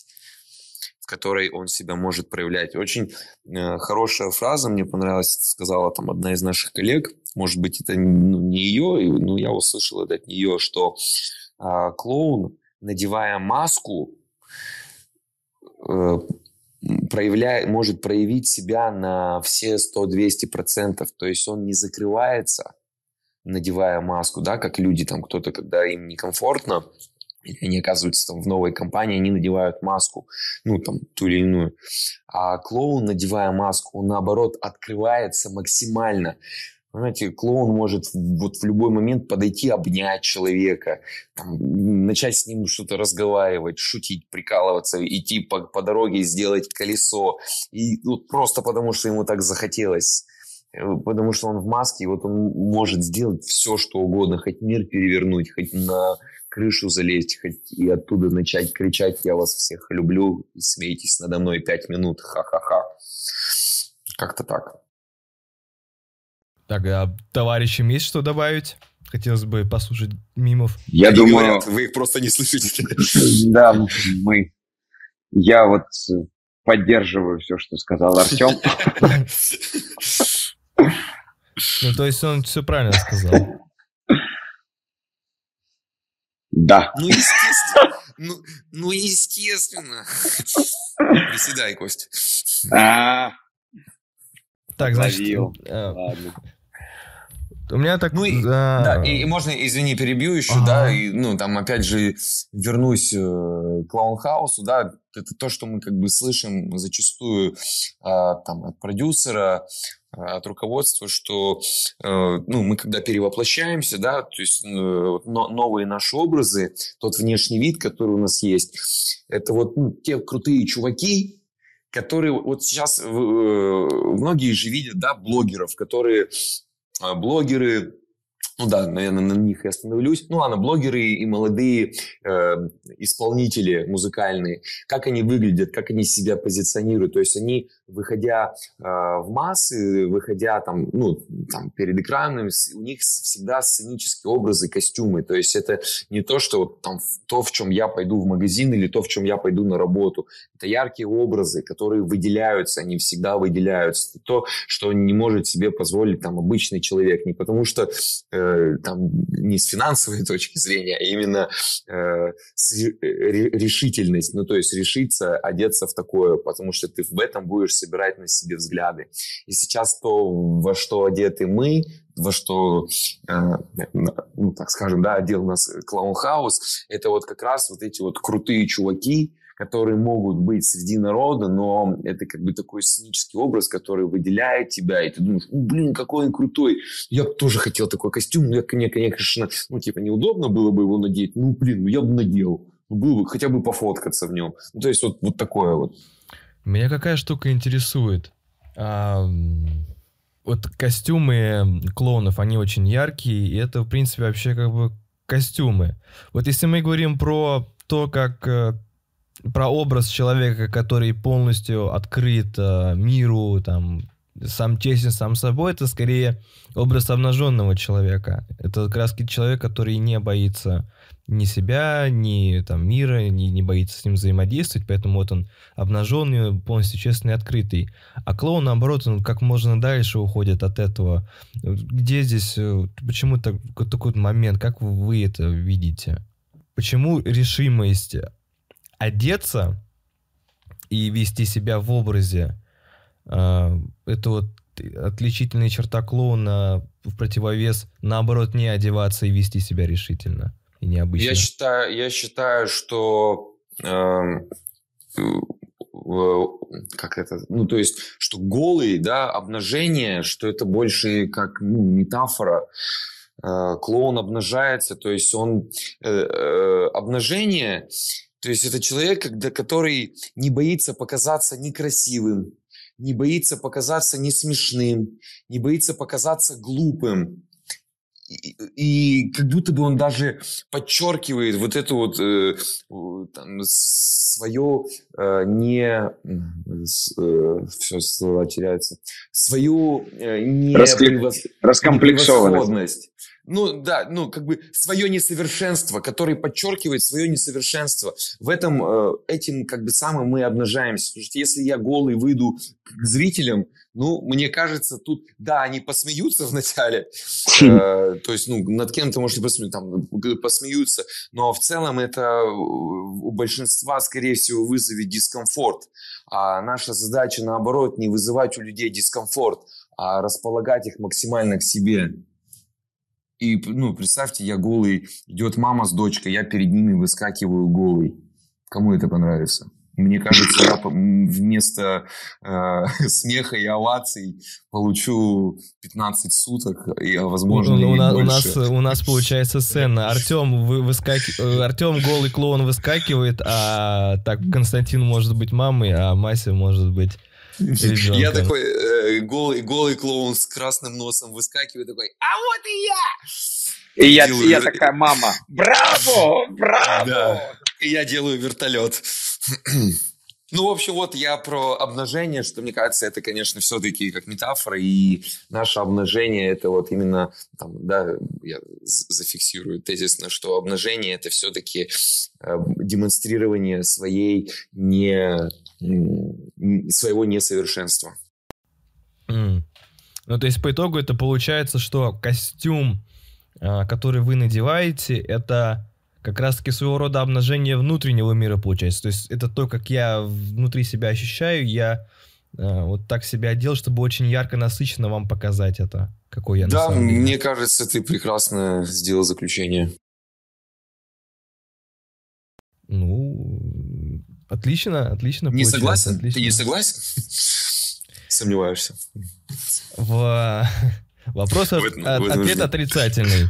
в которой он себя может проявлять. Очень э, хорошая фраза, мне понравилась, сказала там одна из наших коллег, может быть, это, ну, не ее, но я услышал это от нее, что э, клоун, надевая маску, э, проявляет, может проявить себя на все сто-двести процентов. То есть он не закрывается, надевая маску, да, как люди, там, кто-то, когда им некомфортно, или они оказываются там в новой компании, они надевают маску, ну, там, ту или иную. А клоун, надевая маску, он, наоборот, открывается максимально. Понимаете, клоун может вот в любой момент подойти, обнять человека, там, начать с ним что-то разговаривать, шутить, прикалываться, идти по, по дороге, сделать колесо. И вот просто потому, что ему так захотелось. Потому что он в маске, и вот он может сделать все, что угодно. Хоть мир перевернуть, хоть на крышу залезть, хоть и оттуда начать кричать: «Я вас всех люблю», и смейтесь надо мной пять минут, ха-ха-ха. Как-то так. Так, а товарищам есть что добавить? Хотелось бы послушать мимов. Я Они думаю... говорят, вы их просто не слышите. Да, мы... Я вот поддерживаю все, что сказал Артем. Ну, то есть он все правильно сказал. Да. Ну, естественно. Ну, ну естественно. Приседай, Костя. А, Так, значит... ловил. э, Ладно. У меня так... Ну и, да, да, и, и можно, извини, перебью еще, Ага. да, и, ну, там, опять же, вернусь э, к Клоунхаусу, да, это то, что мы, как бы, слышим зачастую э, там, от продюсера, э, от руководства, что, э, ну, мы, когда перевоплощаемся, да, то есть э, но, новые наши образы, тот внешний вид, который у нас есть, это вот, ну, те крутые чуваки, которые вот сейчас э, многие же видят, да, блогеров, которые... Блогеры, ну да, наверное, на них и остановлюсь. Ну ладно, блогеры и молодые э, исполнители музыкальные, как они выглядят, как они себя позиционируют. То есть они, выходя э, в массы, выходя там, ну, там, перед экраном, у них всегда сценические образы, костюмы. То есть это не то, что вот, там, то, в чем я пойду в магазин, или то, в чем я пойду на работу. Это яркие образы, которые выделяются, они всегда выделяются. То, что не может себе позволить там обычный человек. Не потому что э, там, не с финансовой точки зрения, а именно э, с, э, решительность. Ну, то есть решиться одеться в такое, потому что ты в этом будешь собирать на себе взгляды. И сейчас то, во что одеты мы, во что, э, ну, так скажем, да, одел нас Клоунхаус, это вот как раз вот эти вот крутые чуваки, которые могут быть среди народа, но это как бы такой сценический образ, который выделяет тебя, и ты думаешь: блин, какой он крутой, я бы тоже хотел такой костюм, но мне, конечно, ну, типа, неудобно было бы его надеть, ну, блин, ну, я бы надел, было бы хотя бы пофоткаться в нем. Ну, то есть вот, вот такое вот. Меня какая штука интересует. А, вот костюмы клоунов, они очень яркие, и это, в принципе, вообще как бы костюмы. Вот если мы говорим про то, как... про образ человека, который полностью открыт э, миру, там, сам честен сам собой, это скорее образ обнаженного человека. Это как раз человек, который не боится ни себя, ни там, мира, ни, не боится с ним взаимодействовать, поэтому вот он обнаженный, полностью честный и открытый. А клоун, наоборот, он как можно дальше уходит от этого. Где здесь, почему так, такой момент, как вы это видите? Почему решимость одеться и вести себя в образе, э, это вот отличительная черта клоуна в противовес, наоборот, не одеваться и вести себя решительно и необычно? Я считаю, я считаю, что э, э, как это, ну, то есть, что голый, да, обнажение, что это больше как, ну, метафора. Э, клоун обнажается, то есть он э, э, обнажение. То есть это человек, когда, который не боится показаться некрасивым, не боится показаться не смешным, не боится показаться глупым. И, и как будто бы он даже подчеркивает вот это вот э, там, свое э, не... Э, все, слова теряются. Свою э, не Раскли... превос... раскомплексованность. Ну, да, ну, как бы свое несовершенство, который подчеркивает свое несовершенство. В этом, э, этим, как бы, самым мы обнажаемся. Потому что если я голый выйду к зрителям, ну, мне кажется, тут, да, они посмеются вначале, э, то есть, ну, над кем-то, может, посме... там, посмеются, но в целом это у большинства, скорее всего, вызовет дискомфорт. А наша задача, наоборот, не вызывать у людей дискомфорт, а располагать их максимально к себе. И, ну, представьте, я голый, идет мама с дочкой, я перед ними выскакиваю голый. Кому это понравится? Мне кажется, я вместо э, смеха и оваций получу пятнадцать суток, и, возможно, у, у, и у, больше. Нас, у нас получается сцена. Артем, вы, выскаки... Артем голый клоун выскакивает, а так Константин может быть мамой, а Мася может быть ребенком. Я такой э, голый, голый клоун с красным носом выскакивает, такой, а вот и я! И я, делаю... я такая мама, браво, браво! Да. И я делаю вертолет. Ну, в общем, вот я про обнажение, что, мне кажется, это, конечно, все-таки как метафора, и наше обнажение, это вот именно, там, да, я зафиксирую тезисно, что обнажение, это все-таки э, демонстрирование своей не, своего несовершенства. Mm. Ну, то есть, по итогу это получается, что костюм, э, который вы надеваете, это... как раз-таки своего рода обнажение внутреннего мира получается. То есть это то, как я внутри себя ощущаю, я э, вот так себя одел, чтобы очень ярко, насыщенно вам показать это, какой я да, на самом деле. Да, мне кажется, ты прекрасно сделал заключение. Ну, отлично, отлично не получается. Согласен? Отлично. Ты не согласен? Сомневаешься. В... Вопрос, от... ответ отрицательный.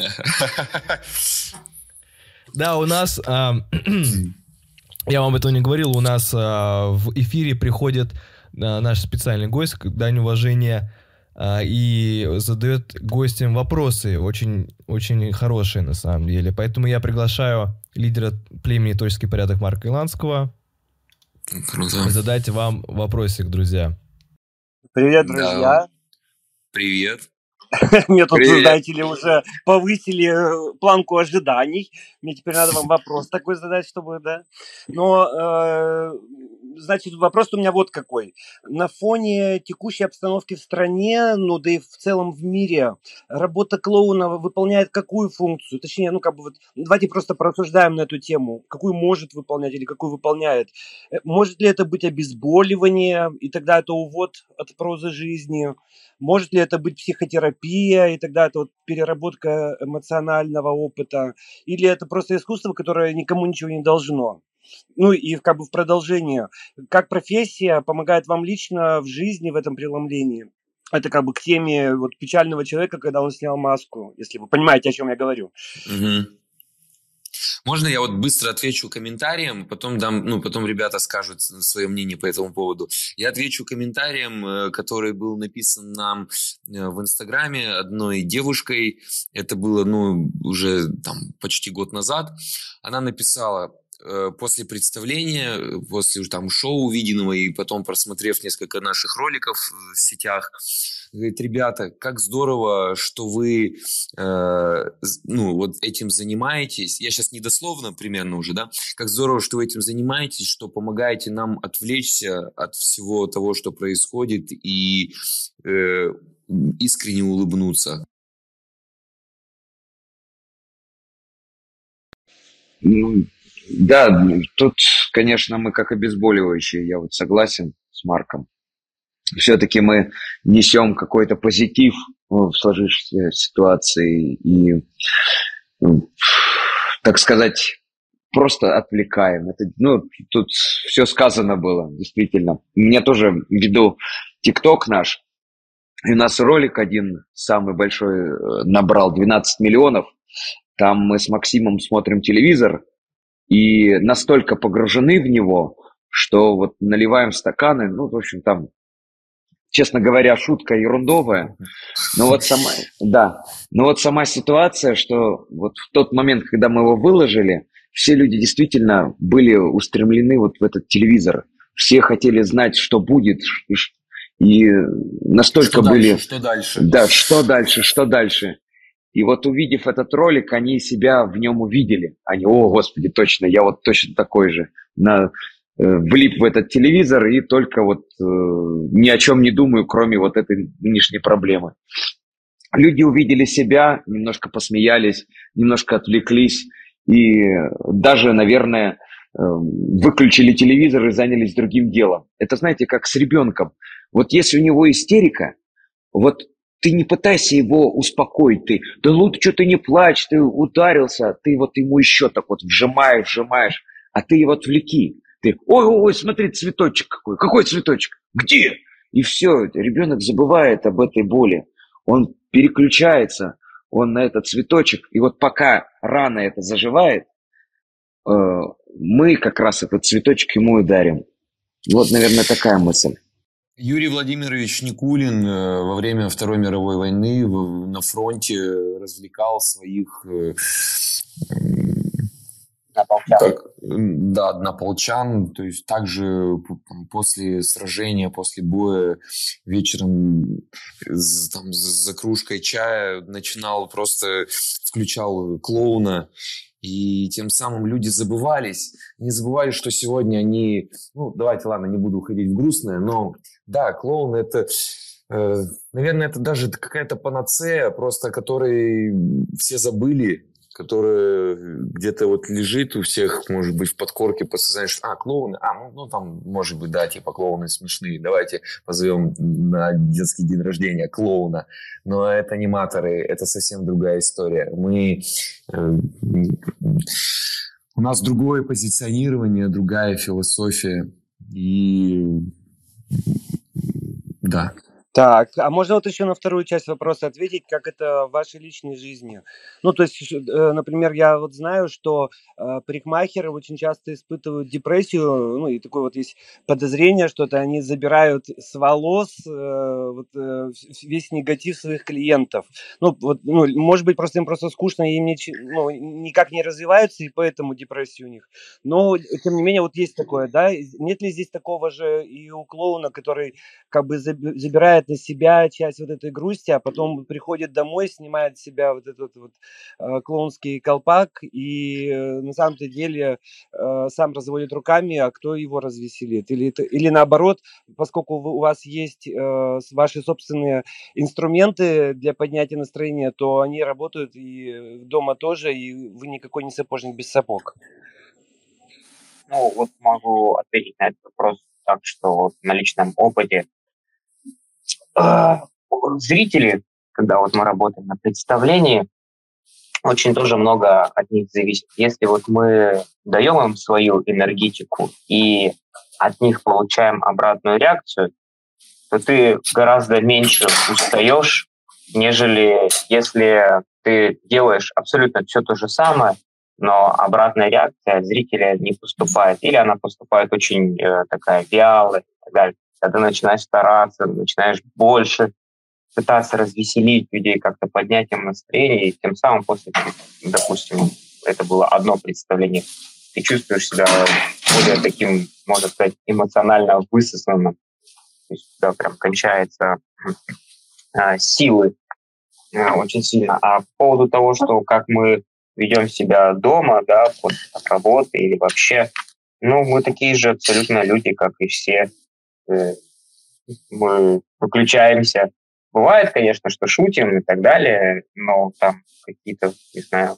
Да, у нас, э, я вам этого не говорил, у нас э, в эфире приходит э, наш специальный гость, дань уважения, э, и задает гостям вопросы, очень, очень хорошие на самом деле. Поэтому я приглашаю лидера племени «Творческий порядок» Марка Иланского. Круто. Задать вам вопросик, друзья. Привет, друзья. Да. Привет. Мне тут, знаете ли, уже повысили планку ожиданий. Мне теперь надо вам вопрос такой задать, чтобы, да. Но, э, значит, вопрос у меня вот какой. На фоне текущей обстановки в стране, ну да и в целом в мире, работа клоуна выполняет какую функцию? Точнее, ну как бы вот, давайте просто порассуждаем на эту тему. Какую может выполнять или какую выполняет? Может ли это быть обезболивание, и тогда это увод от прозы жизни? Может ли это быть психотерапия, и тогда это вот переработка эмоционального опыта? Или это просто искусство, которое никому ничего не должно? Ну и как бы в продолжение. Как профессия помогает вам лично в жизни в этом преломлении? Это как бы к теме вот печального человека, когда он снял маску, если вы понимаете, о чем я говорю. Угу. Можно я вот быстро отвечу комментарием, потом дам, ну, потом ребята скажут свое мнение по этому поводу. Я отвечу комментарием, который был написан нам в Инстаграме одной девушкой. Это было, ну, уже там почти год назад. Она написала: после представления, после там шоу увиденного и потом просмотрев несколько наших роликов в сетях, говорит: ребята, как здорово, что вы э, ну, вот этим занимаетесь. Я сейчас недословно примерно уже, да? Как здорово, что вы этим занимаетесь, что помогаете нам отвлечься от всего того, что происходит, и э, искренне улыбнуться. Ну, да, тут, конечно, мы как обезболивающие, я вот согласен с Марком. Все-таки мы несем какой-то позитив в сложившейся ситуации и, так сказать, просто отвлекаем. Это, ну, тут все сказано было, действительно. Я тоже веду ТикТок наш, и у нас ролик один, самый большой, набрал двенадцать миллионов. Там мы с Максимом смотрим телевизор и настолько погружены в него, что вот наливаем стаканы, ну, в общем, там, честно говоря, шутка ерундовая, но вот сама, да, но вот сама ситуация, что вот в тот момент, когда мы его выложили, все люди действительно были устремлены вот в этот телевизор, все хотели знать, что будет, и настолько что были... Дальше, что дальше? Да, что дальше, что дальше. И вот увидев этот ролик, они себя в нем увидели. Они: о, Господи, точно, я вот точно такой же. На, э, влип в этот телевизор и только вот э, ни о чем не думаю, кроме вот этой нынешней проблемы. Люди увидели себя, немножко посмеялись, немножко отвлеклись. И даже, наверное, выключили телевизор и занялись другим делом. Это, знаете, как с ребенком. Вот если у него истерика, вот ты не пытайся его успокоить, ты, да лучше, что ты не плачь, ты ударился, ты вот ему еще так вот вжимаешь, вжимаешь, а ты его отвлеки. Ты, ой-ой-ой, смотри, цветочек какой, какой цветочек, где? И все, ребенок забывает об этой боли, он переключается, он на этот цветочек, и вот пока рана это заживает, мы как раз этот цветочек ему и дарим. Вот, наверное, такая мысль. Юрий Владимирович Никулин во время Второй мировой войны на фронте развлекал своих однополчан. Как, да, однополчан. То есть также после сражения, после боя вечером там, за кружкой чая начинал просто, включал клоуна. И тем самым люди забывались, не забывали, что сегодня они... Ну, давайте, ладно, не буду уходить в грустное, но да, клоун это... Э, наверное, это даже какая-то панацея, просто которой все забыли, которая где-то вот лежит у всех, может быть, в подкорке подсознания, что, а, клоуны, а, ну, ну, там, может быть, да, типа, клоуны смешные, давайте позовем на детский день рождения клоуна. Но это аниматоры, это совсем другая история. Мы... Э, у нас другое позиционирование, другая философия. И... Да. Так, а можно вот еще на вторую часть вопроса ответить, как это в вашей личной жизни? Ну, то есть, например, я вот знаю, что э, парикмахеры очень часто испытывают депрессию, ну, и такое вот есть подозрение, что это они забирают с волос э, вот, э, весь негатив своих клиентов. Ну, вот, ну, может быть, просто им просто скучно, и им не, ну, никак не развиваются, и поэтому депрессия у них. Но, тем не менее, вот есть такое, да? Нет ли здесь такого же и у клоуна, который как бы забирает на себя часть вот этой грусти, а потом приходит домой, снимает с себя вот этот вот э, клоунский колпак и э, на самом-то деле э, сам разводит руками, а кто его развеселит? Или, это, или наоборот, поскольку вы, у вас есть э, ваши собственные инструменты для поднятия настроения, то они работают и дома тоже, и вы никакой не сапожник без сапог. Ну, вот могу ответить на этот вопрос так, что вот на личном опыте зрители, когда вот мы работаем на представлении, очень тоже много от них зависит. Если вот мы даем им свою энергетику и от них получаем обратную реакцию, то ты гораздо меньше устаешь, нежели если ты делаешь абсолютно все то же самое, но обратная реакция от зрителя не поступает. Или она поступает очень э, такая вялая и так далее. Когда начинаешь стараться, начинаешь больше пытаться развеселить людей, как-то поднять им настроение, и тем самым после, допустим, это было одно представление, ты чувствуешь себя более таким, можно сказать, эмоционально высосанным. То есть да, прям кончается а, силы а, очень сильно. А по поводу того, что как мы ведем себя дома, да, после работы или вообще, ну, мы такие же абсолютно люди, как и все. Мы выключаемся. Бывает, конечно, что шутим и так далее, но там какие-то, не знаю,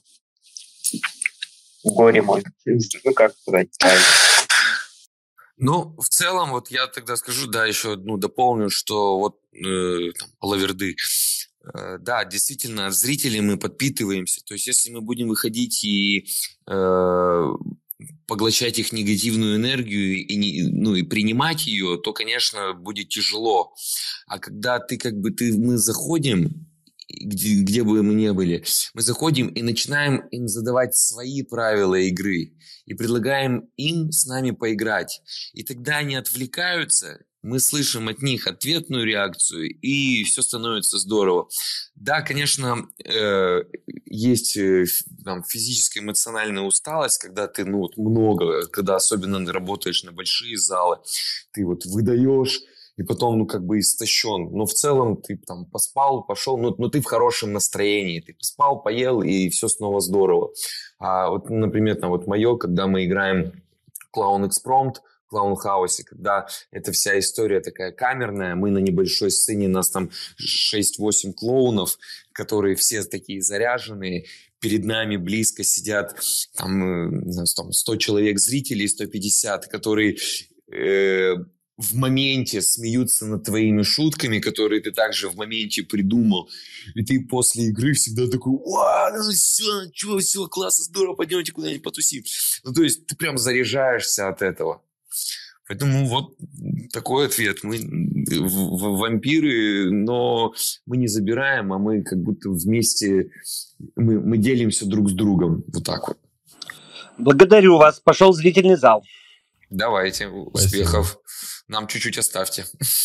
горе может, ну, как сказать, правильно. Ну, в целом, вот я тогда скажу, да, еще одну дополню, что вот э, там, Алаверды. Э, да, действительно, от зрителей мы подпитываемся. То есть, если мы будем выходить и э, поглощать их негативную энергию и, не, ну, и принимать ее, то, конечно, будет тяжело. А когда ты как бы ты, мы заходим, где, где бы мы ни были, мы заходим и начинаем им задавать свои правила игры и предлагаем им с нами поиграть. И тогда они отвлекаются, мы слышим от них ответную реакцию, и все становится здорово. Да, конечно, э, есть э, там, физическая, эмоциональная усталость, когда ты ну, вот много, когда особенно работаешь на большие залы, ты вот выдаешь, и потом, ну, как бы истощен. Но в целом ты там поспал, пошел, ну, ну, ты в хорошем настроении. Ты поспал, поел, и все снова здорово. А вот, например, там вот мое, когда мы играем Clown Exprompt, в клаун-хаусе, когда эта вся история такая камерная, мы на небольшой сцене, нас там шесть-восемь клоунов, которые все такие заряженные, перед нами близко сидят там, там сто человек зрителей, сто пятьдесят, которые э, в моменте смеются над твоими шутками, которые ты также в моменте придумал. И ты после игры всегда такой: «Вау, ну все, чего, все, классно, здорово, пойдемте куда-нибудь потусим». Ну, то есть ты прям заряжаешься от этого. Поэтому вот такой ответ. Мы в- в- вампиры, но мы не забираем, а мы как будто вместе, мы, мы делимся друг с другом. Вот так вот. Благодарю вас. Пошел зрительный зал. Давайте, успехов. Нам чуть-чуть оставьте.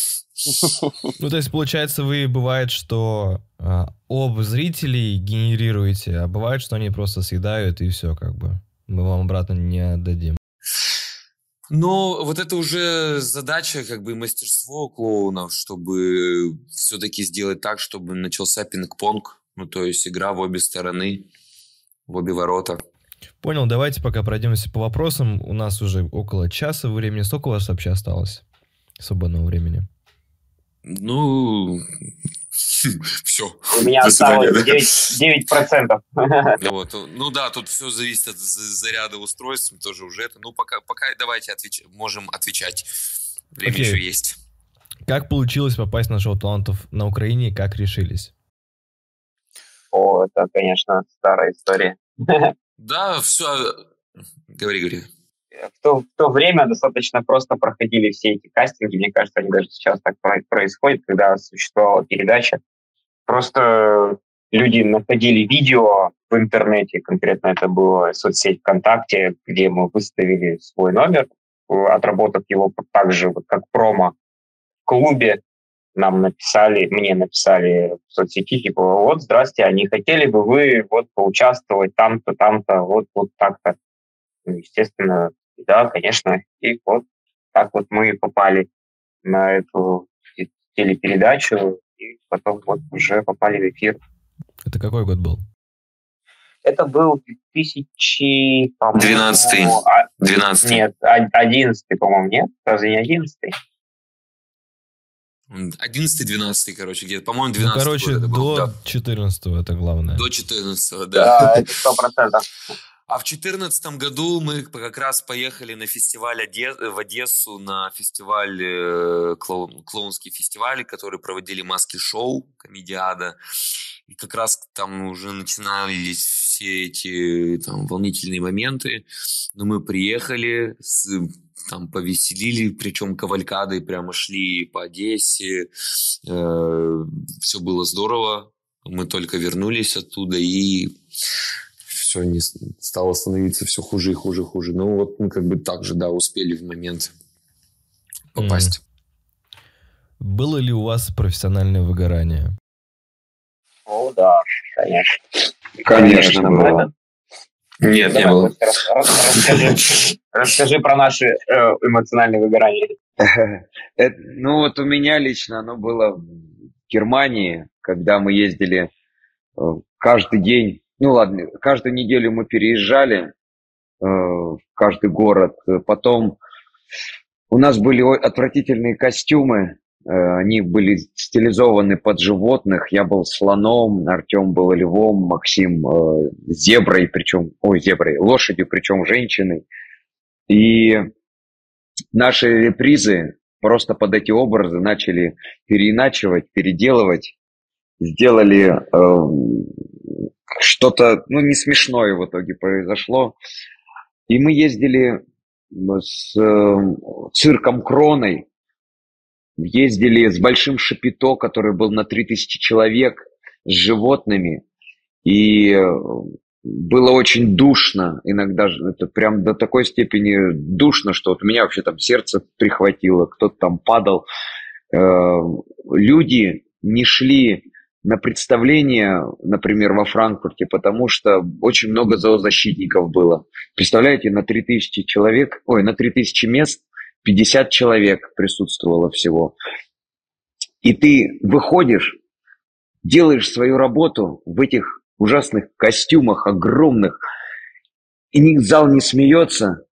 Ну, то есть, получается, вы бывает, что а, об зрителей генерируете, а бывает, что они просто съедают, и все, как бы. Мы вам обратно не отдадим. Но вот это уже задача, как бы, мастерство клоунов, чтобы все-таки сделать так, чтобы начался пинг-понг. Ну, то есть игра в обе стороны, в обе ворота. Понял, давайте пока пройдемся по вопросам. У нас уже около часа времени. Сколько у вас вообще осталось свободного времени? Ну, все. У меня осталось девять процентов. Вот. Ну да, тут все зависит от за- заряда устройств, тоже уже это. Ну, пока, пока давайте отвеч- можем отвечать. Время Окей. еще есть. Как получилось попасть на шоу талантов на Украине и как решились? О, это, конечно, старая история. Да, все. Говори, говори. В то, в то время достаточно просто проходили все эти кастинги. Мне кажется, они даже сейчас так про- происходят, когда существовала передача. Просто люди находили видео в интернете, конкретно это была соцсеть ВКонтакте, где мы выставили свой номер, э, отработав его так же, вот как промо в клубе. Нам написали, мне написали в соцсети, типа: вот, здрасте, а не хотели бы вы вот поучаствовать там-то, там-то, вот, вот так-то. Ну, естественно, да, конечно. И вот так вот мы попали на эту те- телепередачу, и потом вот уже попали в эфир. Это какой год был? Это был две тысячи, по-моему... Двенадцатый. а- Двенадцатый. Нет, о- одиннадцатый, по-моему, нет? Разве не одиннадцатый? Одиннадцатый-двенадцатый, короче, где-то. По-моему, Ну, двенадцатый короче, год это был. до Да. четырнадцатого это главное. До четырнадцатого, да. Да, это сто процентов. А в четырнадцатом году мы как раз поехали на фестиваль Оде- в Одессу, на фестиваль, э, клоун- клоунский фестиваль, который проводили маски-шоу, комедиада. И как раз там уже начинались все эти там волнительные моменты. Но мы приехали, с- там повеселили, причем кавалькадой прямо шли по Одессе. Все было здорово. Мы только вернулись оттуда, и все не с- стало становиться все хуже и хуже и хуже. Ну вот мы как бы так же, да, успели в момент попасть. Было ли у вас профессиональное выгорание? О, да, конечно. Конечно, Ну, было. это- Нет, не Давай, было. Костя, рас- рас- расскажи, расскажи про наши э, эмоциональные выгорания. Это- ну вот у меня лично оно было в Германии, когда мы ездили э, каждый день, ну ладно, каждую неделю мы переезжали э, в каждый город. Э, Потом у нас были о- отвратительные костюмы, э, они были стилизованы под животных. Я был слоном, Артем был львом, Максим э, зеброй, причем, ой, зеброй, лошадью, причем женщиной. И наши репризы просто под эти образы начали переиначивать, переделывать, сделали э, что-то, ну, не смешное в итоге произошло. И мы ездили с э, цирком Кроной, ездили с Большим Шапито, который был на три тысячи человек, с животными. И э, было очень душно, иногда же это прям до такой степени душно, что вот у меня вообще там сердце прихватило, кто-то там падал. Э, Люди не шли на представление, например, во Франкфурте, потому что очень много зоозащитников было. Представляете, на три тысячи человек, ой, на три тысячи мест пятьдесят человек присутствовало всего. И ты выходишь, делаешь свою работу в этих ужасных костюмах огромных, и ни- зал не смеется,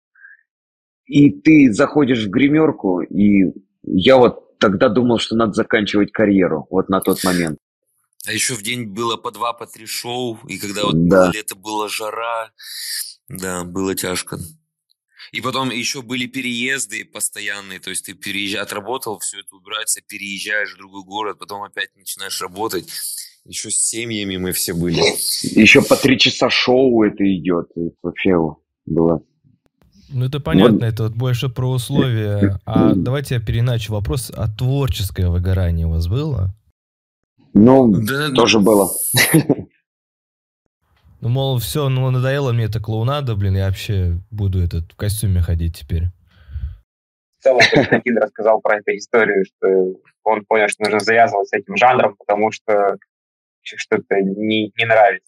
и ты заходишь в гримерку, и я вот тогда думал, что надо заканчивать карьеру, вот на тот момент. А еще в день было по два, по три шоу, и когда вот Да. было лето, была жара, да, было тяжко. И потом еще были переезды постоянные, то есть ты переезжаешь, отработал, все это убирается, переезжаешь в другой город, потом опять начинаешь работать. Еще с семьями мы все были. Еще по три часа шоу это идет. Это вообще было. Ну, это понятно, Вот. это вот больше про условия. А давайте я переначу вопрос. А творческое выгорание у вас было? Ну, Да, тоже было. Ну, мол, все, ну, надоело мне эта клоунада, блин, я вообще буду этот в костюме ходить теперь. В целом, Константин рассказал про эту историю, что он понял, что нужно завязывать с этим жанром, потому что что-то не, не нравится.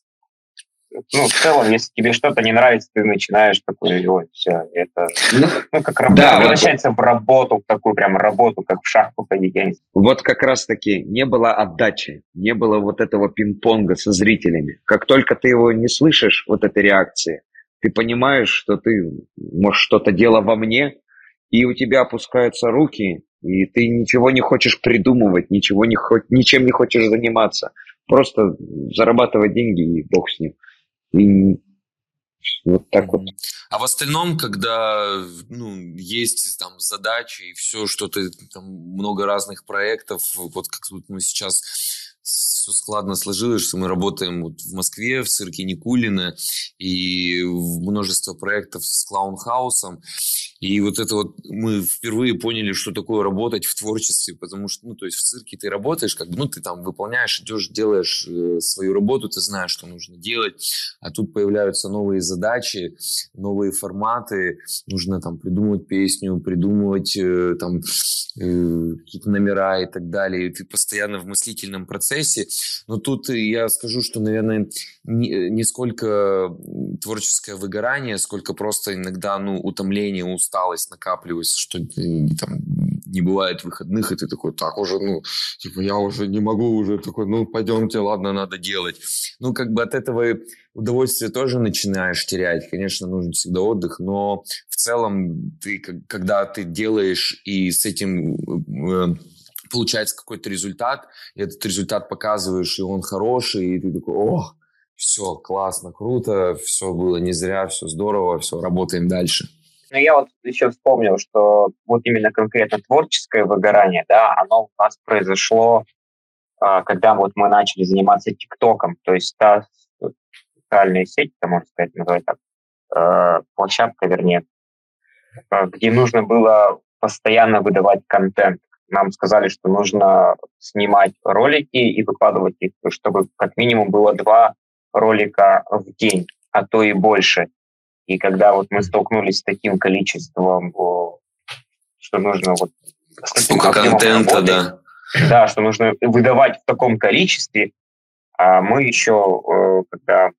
Ну, в целом, если тебе что-то не нравится, ты начинаешь такой, ой, все, это, ну, как работа, Да, вот. превращается в работу, в такую прям работу, как в шахту ходить. Я не знаю. Вот как раз-таки не было отдачи, не было вот этого пинг-понга со зрителями. Как только ты его не слышишь, вот этой реакции, ты понимаешь, что ты, может, что-то дело во мне, и у тебя опускаются руки, и ты ничего не хочешь придумывать, ничего не хо- ничем не хочешь заниматься. Просто зарабатывать деньги и бог с ним. И вот так вот. А в остальном, когда ну, есть там задачи и все, что-то там много разных проектов, вот как тут мы сейчас все складно сложилось, что мы работаем вот в Москве, в цирке Никулина, и множество проектов с Клаунхаусом. И вот это вот мы впервые поняли, что такое работать в творчестве, потому что, ну, то есть в цирке ты работаешь, как бы, ну, ты там выполняешь, идешь, делаешь э, свою работу, ты знаешь, что нужно делать, а тут появляются новые задачи, новые форматы, нужно там придумывать песню, придумывать э, там э, какие-то номера и так далее, и ты постоянно в мыслительном процессе, но тут я скажу, что, наверное, не, не сколько творческое выгорание, сколько просто иногда, ну, утомление, усталость, усталость накапливается, что там не бывает выходных, и ты такой, так уже, ну, типа, я уже не могу, уже такой, ну, пойдемте, ладно, надо делать. Ну, как бы от этого удовольствие тоже начинаешь терять. Конечно, нужен всегда отдых, но в целом ты, когда ты делаешь и с этим э, получается какой-то результат, и этот результат показываешь, и он хороший, и ты такой, о, все, классно, круто, все было не зря, все здорово, все, работаем дальше. Но я вот еще вспомнил, что вот именно конкретно творческое выгорание, да, оно у нас произошло, когда вот мы начали заниматься ТикТоком, то есть та социальная сеть, можно сказать, называть так, площадка, вернее, где нужно было постоянно выдавать контент. Нам сказали, что нужно снимать ролики и выкладывать их, чтобы как минимум было два ролика в день, а то и больше. И когда вот мы столкнулись с таким количеством, что нужно вот... Столько контента, работы, да. Да, что нужно выдавать в таком количестве. А мы еще, когда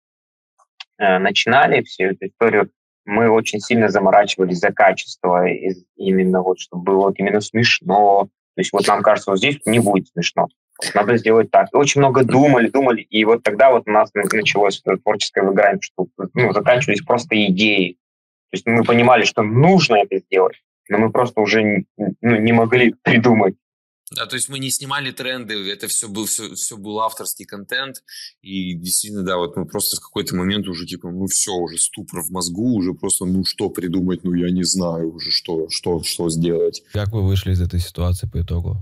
начинали всю эту историю, мы очень сильно заморачивались за качество, именно вот, чтобы было вот именно смешно. То есть вот нам кажется, вот здесь не будет смешно. Надо сделать так. Очень много думали, думали, и вот тогда вот у нас началось творческое выгорание, что ну, заканчивались просто идеи. То есть мы понимали, что нужно это сделать, но мы просто уже ну, не могли придумать. Да, то есть мы не снимали тренды, это все был, все, все был авторский контент, и действительно, да, вот мы просто в какой-то момент уже типа, ну все, уже ступор в мозгу, уже просто, ну что придумать, ну я не знаю уже, что, что, что сделать. Как вы вышли из этой ситуации по итогу?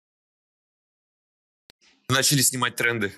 Начали снимать тренды.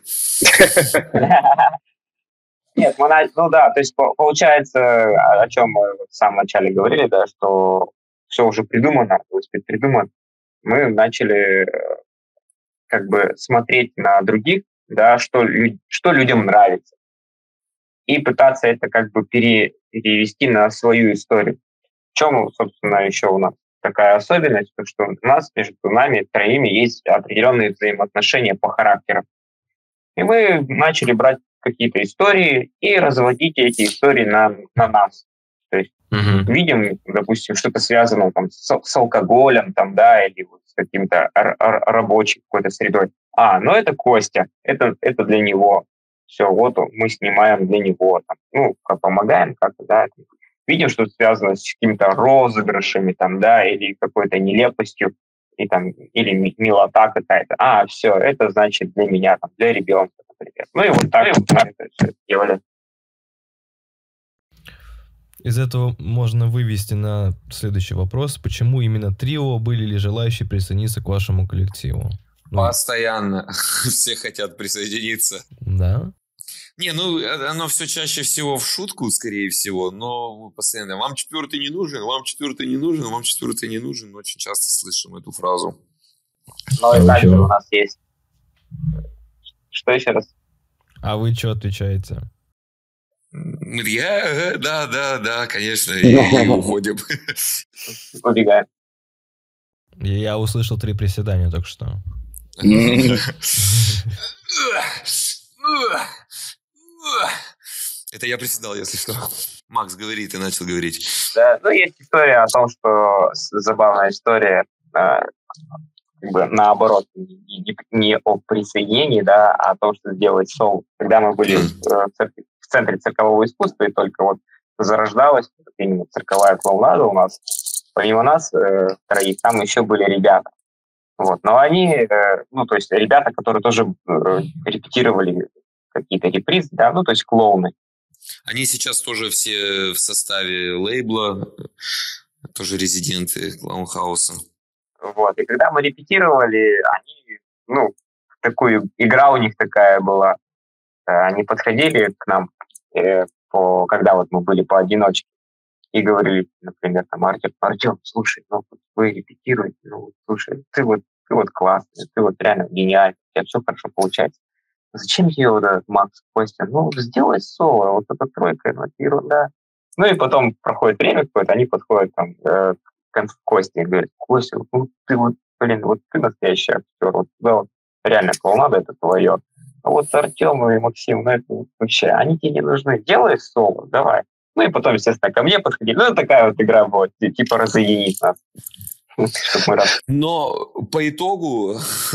Нет, мы, ну да, то есть получается, о чем мы в самом начале говорили, да, что все уже придумано, велосипед придуман, мы начали как бы смотреть на других, да, что, что людям нравится, и пытаться это как бы пере, перевести на свою историю. В чем, собственно, еще у нас такая особенность, что у нас между нами троими есть определенные взаимоотношения по характеру. И мы начали брать какие-то истории и разводить эти истории на, на нас. То есть uh-huh. видим, допустим, что-то связано там, с, с алкоголем, там, да, или вот с каким-то р- р- рабочей какой-то средой. А, ну это Костя, это, это для него. Все, вот мы снимаем для него. Там, ну, как помогаем как-то, да. Видим, что связано с какими-то розыгрышами, там, да, или какой-то нелепостью. и там, или ми- милота какая-то. А, все, это значит для меня, там, для ребенка, например. Ну и вот так вот мы это все делали. Из этого можно вывести на следующий вопрос. Почему именно трио, были ли желающие присоединиться к вашему коллективу? Ну, Постоянно все хотят присоединиться. да. Не, ну, э, оно все чаще всего в шутку, скорее всего, но мы постоянно «вам четвертый не нужен, вам четвертый не нужен, вам четвертый не нужен». Очень часто слышим эту фразу. Но А и вы также чё? у нас есть... Что еще раз? А вы что отвечаете? Мы такие, «Э, э, да, да, да, конечно», и, и уходим. Убегаем. Я, я услышал три приседания только что. Это я приседал, если что. Макс, говори, ты начал говорить. Да, ну, есть история о том, что с- забавная история, э, как бы наоборот, не, не- не о присоединении, да, а о том, что сделать шоу. Когда мы были в, э, в церкви- в центре циркового искусства, и только вот зарождалась вот именно цирковая клоунада у нас, помимо нас, э, троих, там еще были ребята. Вот. Но они, э, ну, то есть ребята, которые тоже э, репетировали какие-то репризы, да, ну, то есть клоуны. Они сейчас тоже все в составе лейбла, тоже резиденты Клаунхауса. Вот. И когда мы репетировали, они, ну, такую, игра у них такая была. Э, Они подходили к нам, э, по, когда вот мы были поодиночке, и говорили, например, там, Артем, Артем, слушай, ну, вот вы репетируете, ну, вот, слушай, ты вот, ты вот классный, ты вот реально гениальный, у тебя все хорошо получается. Зачем тебе вот этот Макс, Костя? Ну, сделай соло, вот эта тройка, ну, это ерунда. Ну, и потом проходит время какое-то, они подходят там э, к Косте и говорят, Костя, ну, ты вот, блин, вот ты настоящий актер, вот, да, вот, реально, клоунада это твое. А вот Артем и Максим, ну, это вообще, они тебе не нужны. Делай соло, давай. Ну, и потом, естественно, ко мне подходили. Ну, такая вот игра была, типа разъединить нас. Чтоб мы раз- Но по итогу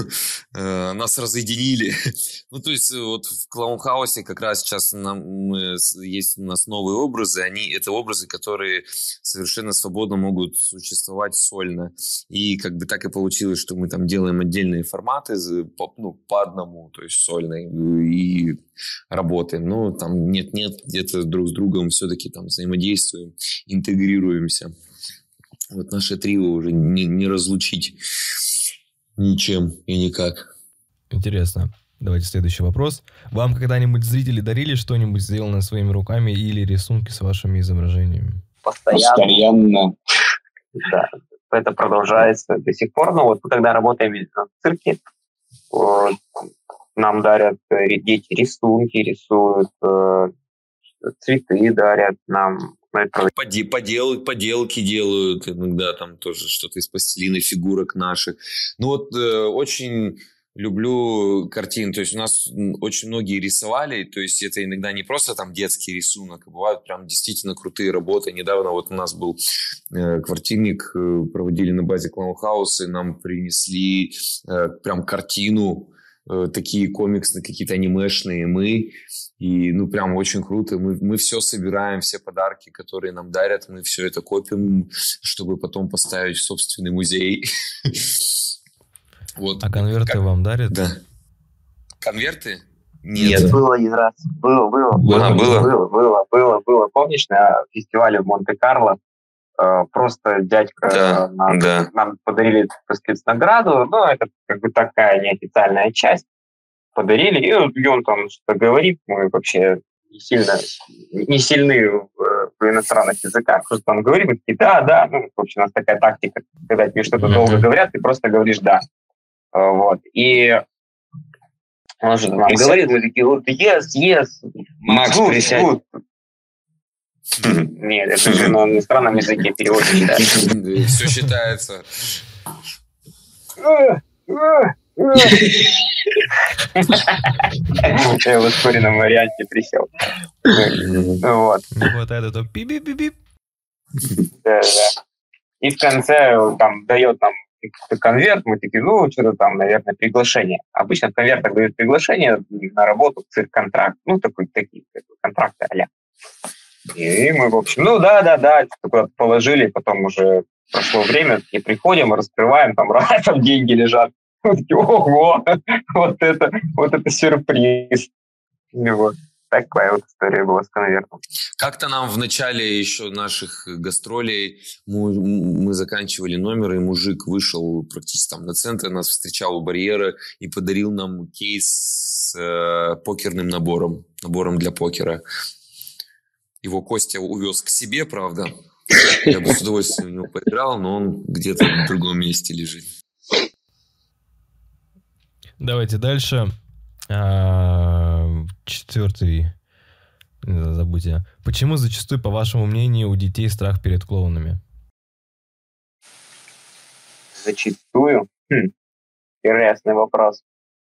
э, нас разъединили. Ну, то есть вот в Клаунхаусе как раз сейчас нам, мы, с- есть у нас новые образы. Они, это образы, которые совершенно свободно могут существовать сольно. И как бы так и получилось, что мы там делаем отдельные форматы за- по, ну, по одному, то есть сольные, и работаем. Но там нет-нет, где-то друг с другом все-таки там взаимодействуем, интегрируемся. Вот наше трио уже не, не разлучить ничем и никак. Интересно. Давайте следующий вопрос. Вам когда-нибудь зрители дарили что-нибудь, сделанное своими руками или рисунки с вашими изображениями? Постоянно. Постоянно. Да, это продолжается до сих пор. Но вот когда работаем в цирке, вот, нам дарят э, дети рисунки, рисуют, э, цветы дарят нам. Ну, это Поде- подел- поделки делают иногда, там тоже что-то из пластилина, фигурок наших. Ну вот э, очень люблю картины, то есть у нас м, очень многие рисовали, то есть это иногда не просто там детский рисунок, а бывают прям действительно крутые работы. Недавно вот у нас был э, квартирник, э, проводили на базе Клаунхауса, и нам принесли э, прям картину, э, такие комиксные, какие-то анимешные мы. И, ну, прям очень круто. Мы, мы все собираем, все подарки, которые нам дарят, мы все это копим, чтобы потом поставить в собственный музей. Вот. А конверты Как- вам дарят? Да. Конверты? Нет. было один раз. Было, было. Было, было? Было, было, было, было. Помнишь, на фестивале в Монте-Карло э, просто дядька Да, э, нам, да. нам подарили, так сказать, награду. Ну, это как бы такая неофициальная часть. Подарили, и он, и он там что-то говорит. Мы вообще не сильно не сильны в, э, в иностранных языках. Что-то он говорит, мы такие, да, да. Ну, в общем, у нас такая тактика, когда тебе что-то Мгм. долго говорят, ты просто говоришь «да». Э, Вот. И он же нам говорит, мы такие, вот, yes, yes. Макс, good, присядь. good. Нет, это же на иностранном языке перевод считается. Все считается. Я в ускоренном варианте присел. Вот. Не хватает этого пип-пип-пип. Да, да. И в конце он там дает нам какой-то конверт, мы такие, ну, что-то там, наверное, приглашение. Обычно в конвертах дают приглашение на работу в цирк-контракт. Ну, такой, такие контракты а-ля. И мы, в общем, ну, да-да-да, куда-то положили, потом уже прошло время, и приходим, раскрываем, там, раз, там деньги лежат. Мы такие, ого, вот это, вот это сюрприз. И вот такая вот история была с конвертом. Как-то нам в начале еще наших гастролей мы, мы заканчивали номер, и мужик вышел практически там на центр, нас встречал у барьера и подарил нам кейс с э, покерным набором, набором для покера. Его Костя увез к себе, правда. Я бы с удовольствием в него поиграл, но он где-то в другом месте лежит. Давайте дальше. А, четвертый. Забудьте. Почему зачастую, по вашему мнению, у детей страх перед клоунами? Зачастую? Хм. Интересный вопрос.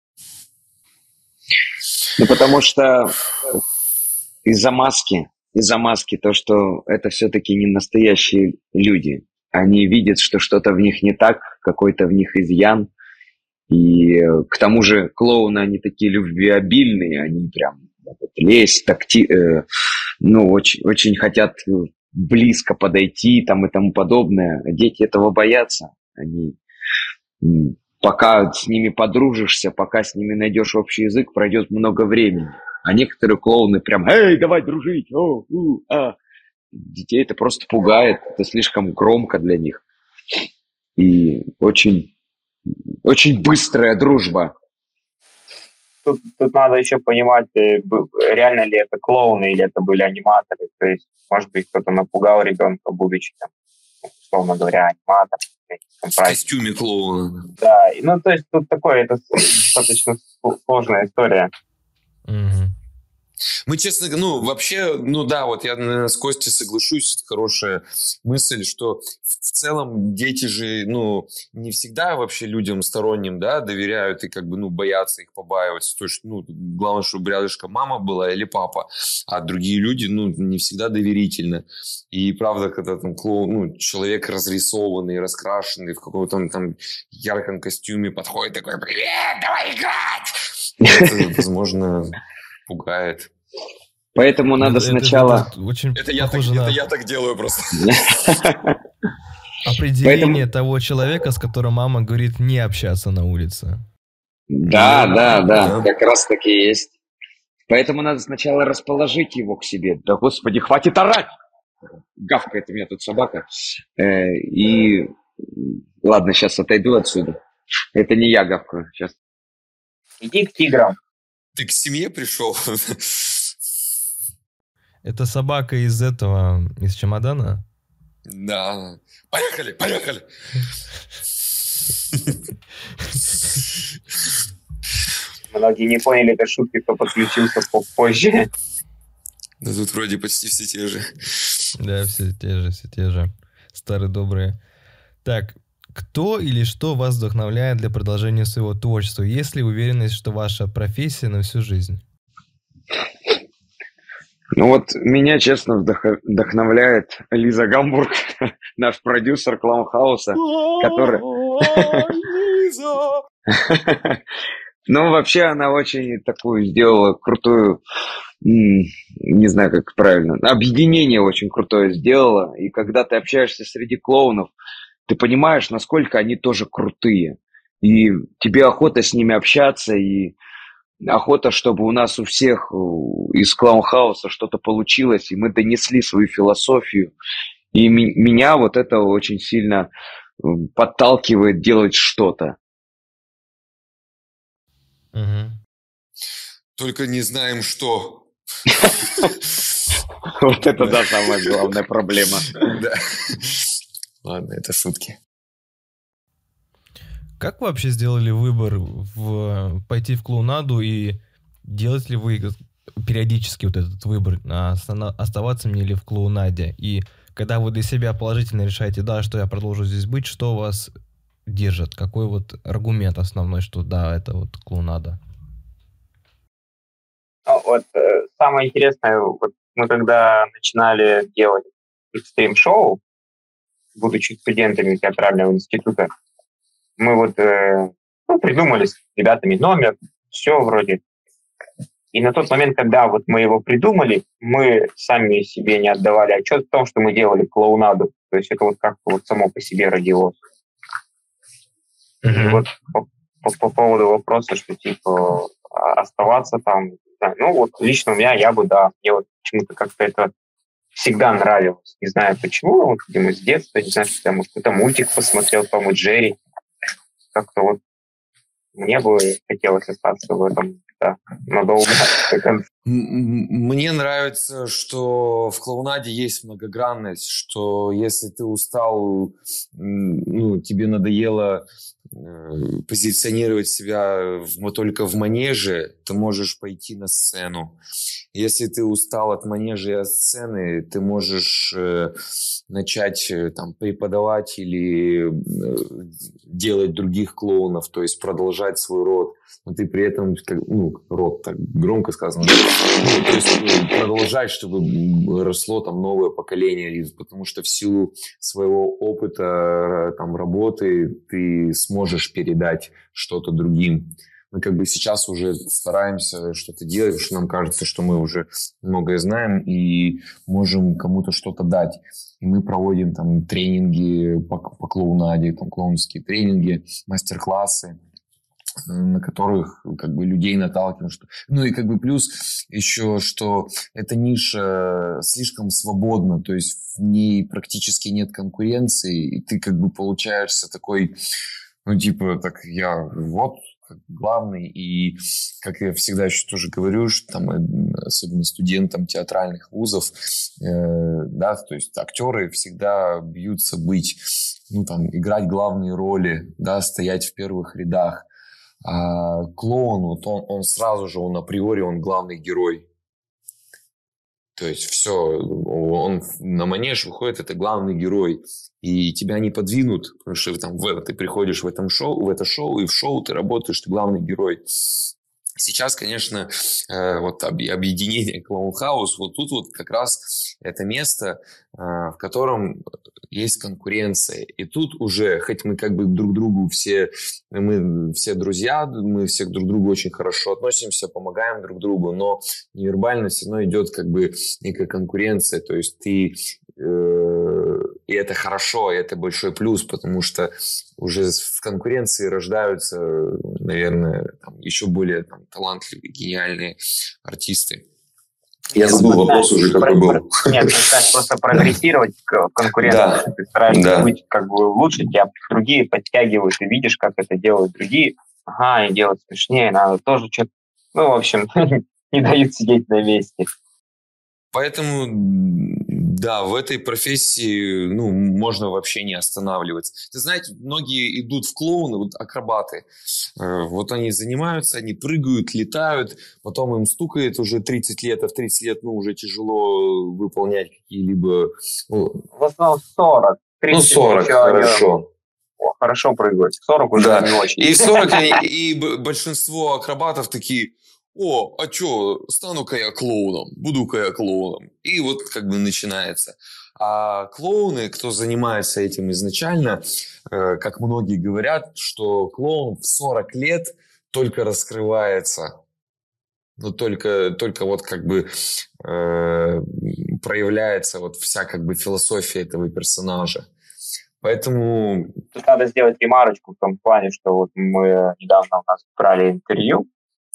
Ну, потому что из-за маски, из-за маски то, что это все-таки не настоящие люди. Они видят, что что-то в них не так, какой-то в них изъян. И к тому же клоуны, они такие любвеобильные, они прям лезть, такти, э, ну, очень, очень хотят близко подойти там и тому подобное. Дети этого боятся. Они, пока с ними подружишься, пока с ними найдешь общий язык, пройдет много времени. А некоторые клоуны прям, эй, давай дружить, о, у, а. Детей это просто пугает, это слишком громко для них. И очень... Очень быстрая дружба. Тут, тут надо еще понимать, реально ли это клоуны или это были аниматоры. То есть, может быть, кто-то напугал ребенка, будучи, там, условно говоря, аниматором. В костюме клоуна. Да, ну то есть тут такое, это достаточно сложная история. Угу. Мы, честно, ну, вообще, ну да, вот я, наверное, с Костей соглашусь, это хорошая мысль, что в целом дети же, ну, не всегда вообще людям сторонним, да, доверяют и как бы, ну, боятся их, побаиваются. То есть, ну, главное, чтобы рядышком мама была или папа, а другие люди, ну, не всегда доверительны. И правда, когда там клоун, ну, человек разрисованный, раскрашенный в каком-то там ярком костюме подходит такой, привет, давай играть! Это, возможно, пугает. Поэтому надо это, сначала... Это, это, очень это, я так, на... это я так делаю просто. Определение того человека, с которым мама говорит не общаться на улице. Да, да, да, как раз таки есть. Поэтому надо сначала расположить его к себе. Да, господи, хватит орать! Гавкает у меня тут собака. И ладно, сейчас отойду отсюда. Это не я гавкаю. Сейчас. Иди к тиграм. Ты к семье пришел? Это собака из этого, из чемодана? Да. Поехали, поехали. Многие не поняли этой шутки, кто подключился позже. Да тут вроде почти все те же. Да, все те же, все те же. Старые добрые. Так, кто или что вас вдохновляет для продолжения своего творчества? Есть ли уверенность, что ваша профессия на всю жизнь? Ну вот меня, честно, вдох- вдохновляет Лиза Гамбург, наш продюсер Клаунхауса, который... Лиза! Ну, вообще, она очень такую сделала крутую, не знаю, как правильно, объединение очень крутое сделала. И когда ты общаешься среди клоунов, ты понимаешь, насколько они тоже крутые. И тебе охота с ними общаться, и охота, чтобы у нас у всех из Клаунхауса что-то получилось, и мы донесли свою философию. И ми- меня вот это очень сильно подталкивает делать что-то. Угу. Только не знаем, что. Вот это, да, самая главная проблема. Да. Ладно, это шутки. Как вы вообще сделали выбор в пойти в клоунаду, и делаете ли вы периодически вот этот выбор, оставаться мне или в клоунаде? И когда вы для себя положительно решаете, да, что я продолжу здесь быть, что вас держит? Какой вот аргумент основной, что да, это вот клоунада? Ну, вот э, самое интересное, вот мы когда начинали делать экстрим-шоу, будучи студентами театрального института, мы вот э, ну, придумали с ребятами номер, все вроде. И на тот момент, когда вот мы его придумали, мы сами себе не отдавали отчет в том, что мы делали клоунаду. То есть это вот как-то вот само по себе родилось. Mm-hmm. Вот по, по, по поводу вопроса, что типа оставаться там, да, ну вот лично у меня, я бы, да, мне вот почему-то как-то это всегда нравилось. Не знаю почему, вот, видимо, с детства, не знаю, что я, может, какой-то мультик посмотрел, Том и Джерри. Как-то вот мне бы хотелось остаться в этом, да, надолго. Мне нравится, что в клоунаде есть многогранность, что если ты устал, ну, тебе надоело позиционировать себя в, только в манеже, ты можешь пойти на сцену. Если ты устал от манежа и от сцены, ты можешь э, начать э, там, преподавать или э, делать других клоунов, то есть продолжать свой род. Но ты при этом, ну, род, так громко сказано, ну, то есть продолжать, чтобы росло там новое поколение, потому что в силу своего опыта там, работы ты сможешь передать что-то другим. Мы как бы сейчас уже стараемся что-то делать, потому что нам кажется, что мы уже многое знаем и можем кому-то что-то дать. И мы проводим там тренинги по, по клоунаде, там клоунские тренинги, мастер-классы, на которых как бы людей наталкиваем. Что... Ну и как бы плюс еще, что эта ниша слишком свободна, то есть в ней практически нет конкуренции, и ты как бы получаешься такой, ну типа, так я вот главный, и как я всегда еще тоже говорю, что там, особенно студентам театральных вузов, э, да, то есть актеры всегда бьются быть, ну там, играть главные роли, да, стоять в первых рядах. А клоун, вот он, он сразу же, он априори, он главный герой. То есть все, он на манеж выходит, это главный герой. И тебя не подвинут, потому что там, в, ты приходишь в, этом шоу, в это шоу, и в шоу ты работаешь, ты главный герой. Сейчас, конечно, э, вот объединение Клоунхаус, вот тут вот как раз это место, э, в котором есть конкуренция. И тут уже, хоть мы как бы друг другу все, мы все друзья, мы все друг к другу очень хорошо относимся, помогаем друг другу, но невербально все равно идет как бы некая конкуренция. То есть ты... Э, и это хорошо, и это большой плюс, потому что уже в конкуренции рождаются, наверное, там, еще более там, талантливые, гениальные артисты. Я забыл вопрос уже, какой был. Нет, ты просто прогрессировать в конкуренции. Ты стараешься быть как бы лучше, тебя другие подтягивают, ты видишь, как это делают другие. Ага, и делать смешнее, надо тоже что-то... Ну, в общем, не дают сидеть на месте. Поэтому, да, в этой профессии, ну, можно вообще не останавливаться. Ты знаете, многие идут в клоуны, вот акробаты. Вот они занимаются, они прыгают, летают, потом им стукает уже тридцать лет, а в тридцать лет, ну, уже тяжело выполнять какие-либо... Ну, в основном сорок. Ну, сорок, хорошо. О, хорошо прыгают. сорок уже да. Не очень. И сорок, и большинство акробатов такие... О, а чё, стану-ка я клоуном, буду-ка я клоуном. И вот как бы начинается. А клоуны, кто занимается этим изначально, э, как многие говорят, что клоун в сорок лет только раскрывается. Но только, только вот как бы э, проявляется вот вся как бы философия этого персонажа. Поэтому... Тут надо сделать ремарочку в том плане, что вот мы недавно у нас брали интервью,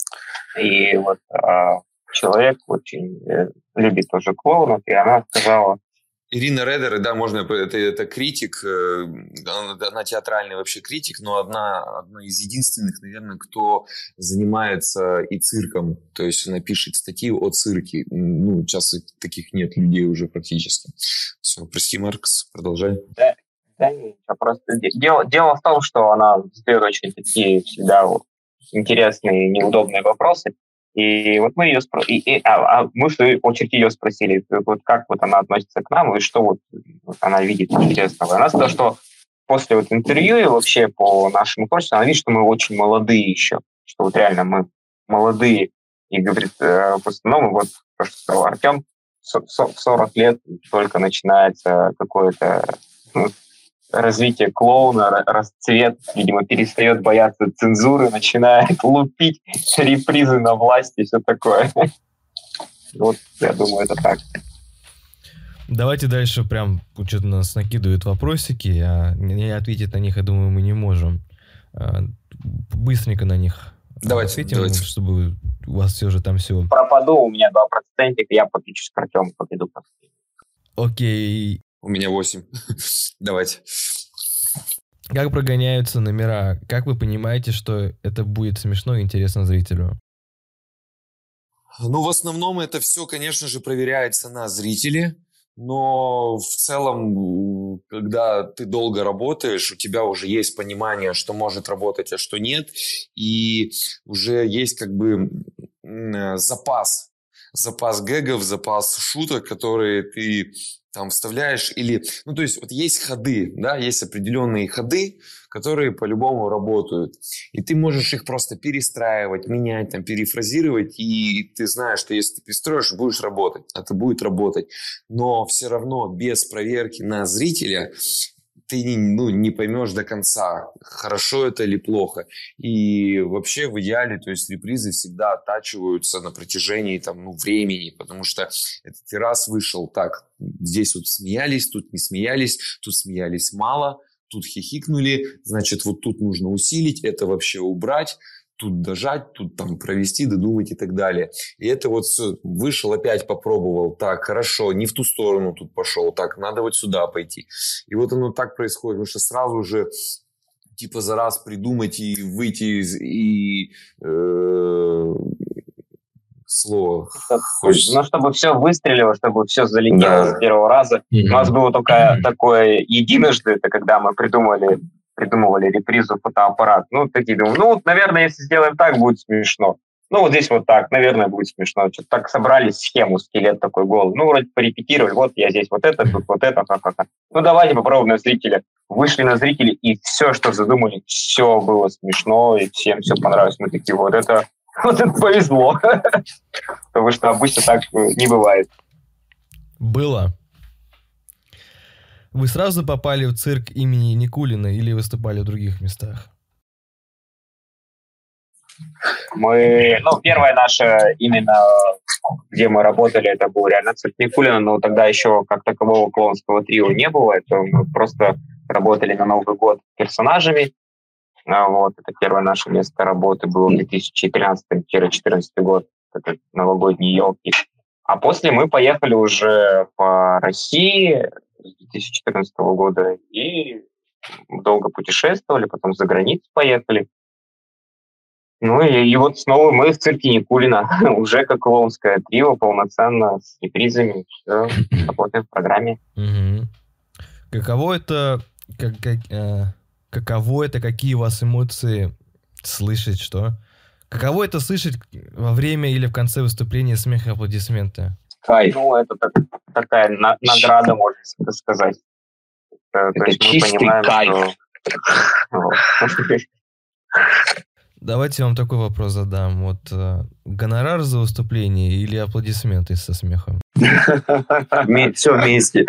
и вот а, человек очень э, любит тоже клоунов, и она сказала... Ирина Редер, да, можно, это, это критик, э, она театральный вообще критик, но одна, одна из единственных, наверное, кто занимается и цирком, то есть она пишет статьи о цирке. Ну, сейчас таких нет людей уже практически. Все, прости, Маркс, продолжай. Да, да нет, просто дело, дело в том, что она задает очень такие всегда вот интересные, неудобные вопросы. И вот мы ее спросили, а, а мы в свою очередь ее спросили, вот как вот она относится к нам и что вот, вот она видит интересного. И она сказала, что после вот интервью и вообще по нашему творчеству она видит, что мы очень молодые еще, что вот реально мы молодые. И говорит, э, в основном вот то, что сказал Артем, в сорок лет только начинается какое-то, ну, развитие клоуна, расцвет, видимо, перестает бояться цензуры, начинает лупить репризы на власти и все такое. Вот, я думаю, это так. Давайте дальше прям что-то нас накидывают вопросики, а не ответить на них, я думаю, мы не можем. Быстренько на них давайте, ответим, давайте. чтобы у вас все же там все... Пропаду, у меня два процента, я подключусь к Артему, подойду. Окей. У меня восемь. Давайте. Как прогоняются номера? Как вы понимаете, что это будет смешно и интересно зрителю? Ну, в основном это все, конечно же, проверяется на зрителе. Но в целом, когда ты долго работаешь, у тебя уже есть понимание, что может работать, а что нет. И уже есть как бы запас. Запас гэгов, запас шуток, которые ты там вставляешь. Или, ну, то есть вот есть ходы, да, есть определенные ходы, которые по-любому работают. И ты можешь их просто перестраивать, менять, там, перефразировать, и ты знаешь, что если ты перестроишь, будешь работать, это будет работать. Но все равно без проверки на зрителя ты ну, не поймешь до конца, хорошо это или плохо. И вообще в идеале, то есть репризы всегда оттачиваются на протяжении там, ну, времени, потому что этот раз вышел так, здесь вот смеялись, тут не смеялись, тут смеялись мало, тут хихикнули, значит, вот тут нужно усилить, это вообще убрать, тут дожать, тут там провести, додумать и так далее. И это вот все, вышел, опять попробовал, так, хорошо, не в ту сторону тут пошел, так, надо вот сюда пойти. И вот оно так происходит, потому что сразу же типа за раз придумать и выйти из... И, э, слово. Ну, чтобы все выстрелило, чтобы все залетело да. с первого раза. Mm-hmm. У нас было только mm-hmm. такое единожды, это когда мы придумали придумывали репризу фотоаппарат. Ну, такие думаю, ну, вот, наверное, если сделаем так, будет смешно. Ну, вот здесь вот так, наверное, будет смешно. Что-то так собрали схему, скелет такой голый. Ну, вроде порепетировали, вот я здесь вот это, тут вот это, ха-ха-ха. Ну, давайте попробуем на зрителя. Вышли на зрителей, и все, что задумали, все было смешно, и всем все понравилось. Мы такие, вот это, вот это повезло. Потому что обычно так не бывает. Было. Вы сразу попали в цирк имени Никулина или выступали в других местах? Мы, ну, первое наше именно, где мы работали, это был реально цирк Никулина, но тогда еще как такового клоунского трио не было, это мы просто работали на Новый год персонажами. Вот, это первое наше место работы было две тысячи тринадцатый — две тысячи четырнадцатый год, это новогодние елки. А после мы поехали уже по России с две тысячи четырнадцатого года и долго путешествовали, потом за границу поехали. Ну и, и вот снова мы в цирке Никулина, уже как клоунское трио, полноценно, с репризами, все, работаем в программе. Угу. Каково это, как, как, э, каково это, какие у вас эмоции слышать, что? Каково это слышать во время или в конце выступления смех и аплодисменты? Кайф. Ну, это так, такая на, награда, можно сказать. Это, это чистый понимаем, кайф. Что... Давайте я вам такой вопрос задам. Вот э, гонорар за выступление или аплодисменты со смехом? Все вместе.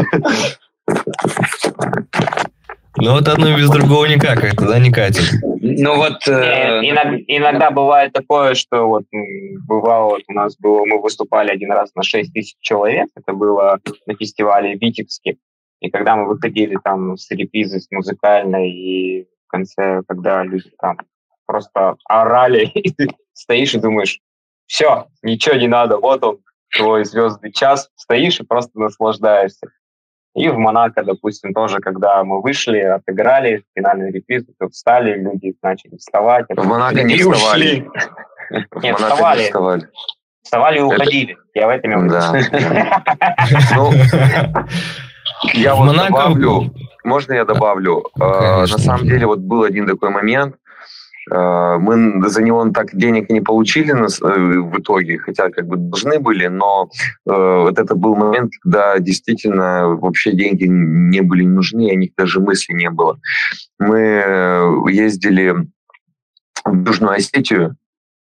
Ну вот одно без другого никак, это да, не катит. Ну вот... Э... Иногда, иногда бывает такое, что вот бывало, вот у нас было, мы выступали один раз на шесть тысяч человек, это было на фестивале в Витебске, и когда мы выходили там с репризой, с музыкальной, и в конце, когда люди там просто орали, и ты стоишь и думаешь, все, ничего не надо, вот он, твой звездный час, стоишь и просто наслаждаешься. И в Монако, допустим, тоже, когда мы вышли, отыграли финальную репризу, то встали, люди начали вставать. В Монако не вставали. Нет, вставали. Вставали и уходили. Я в этом имею в виду. Я вот добавлю, можно я добавлю? На самом деле вот был один такой момент, мы за него так денег не получили в итоге, хотя как бы должны были, но вот это был момент, когда действительно вообще деньги не были нужны, о них даже мысли не было. Мы ездили в Южную Осетию,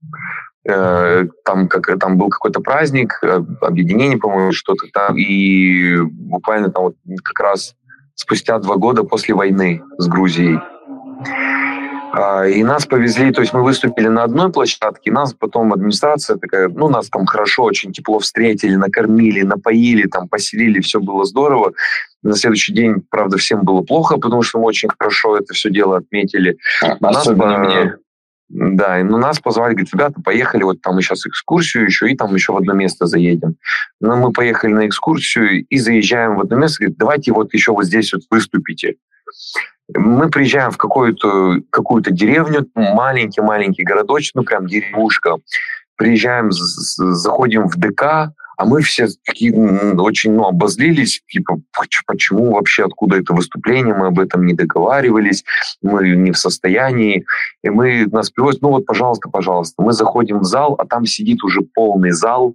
там, как, там был какой-то праздник, объединение, по-моему, что-то там, и буквально там вот как раз спустя два года после войны с Грузией. И нас повезли, то есть мы выступили на одной площадке, нас потом администрация такая, ну, нас там хорошо, очень тепло встретили, накормили, напоили, там, поселили, все было здорово. На следующий день, правда, всем было плохо, потому что мы очень хорошо это все дело отметили. Особенно нас, мне. Да, но нас позвали, говорят, ребята, поехали, вот там мы сейчас экскурсию еще, и там еще в одно место заедем. Но мы поехали на экскурсию и заезжаем в одно место, говорят, давайте вот еще вот здесь вот выступите. Мы приезжаем в какую-то, какую-то деревню, маленький-маленький городочек, ну прям деревушка. Приезжаем, заходим в ДК, а мы все такие очень ну, обозлились, типа, почему вообще, откуда это выступление, мы об этом не договаривались, мы не в состоянии. И мы, нас привозят, ну вот, пожалуйста, пожалуйста. Мы заходим в зал, а там сидит уже полный зал,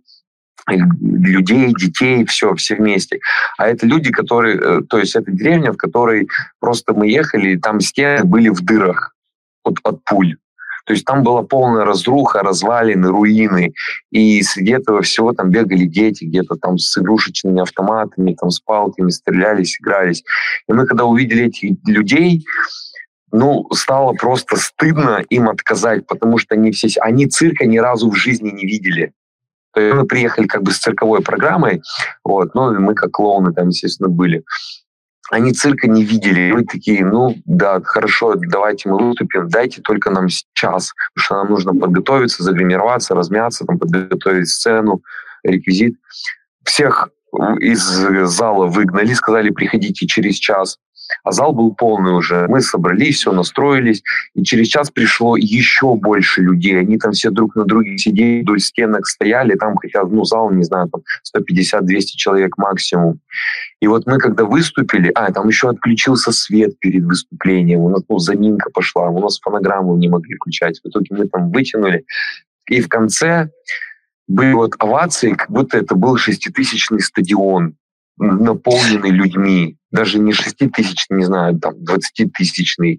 людей, детей, все, все вместе. А это люди, которые, то есть это деревня, в которой просто мы ехали, и там стены были в дырах от, от пуль. То есть там была полная разруха, развалины, руины. И среди этого всего там бегали дети, где-то там с игрушечными автоматами, там с палками стрелялись, игрались. И мы когда увидели этих людей, ну, стало просто стыдно им отказать, потому что они все... Они цирка ни разу в жизни не видели. То есть мы приехали как бы с цирковой программой, вот, ну, мы как клоуны там, естественно, были. Они цирка не видели. И мы такие, ну, да, хорошо, давайте мы выступим, дайте только нам час, потому что нам нужно подготовиться, загримироваться, размяться, там, подготовить сцену, реквизит. Всех из зала выгнали, сказали, приходите через час. А зал был полный уже. Мы собрались, все настроились, и через час пришло еще больше людей. Они там все друг на друге сидели, вдоль стенок стояли, там хотя, ну, зал, не знаю, там сто пятьдесят - двести человек максимум. И вот мы когда выступили, а, там еще отключился свет перед выступлением, у нас, ну, заминка пошла, у нас фонограмму не могли включать. В итоге мы там вытянули. И в конце были вот овации, как будто это был шеститысячный стадион, наполненный людьми. Даже не шеститысячный, не знаю, там, двадцатитысячный.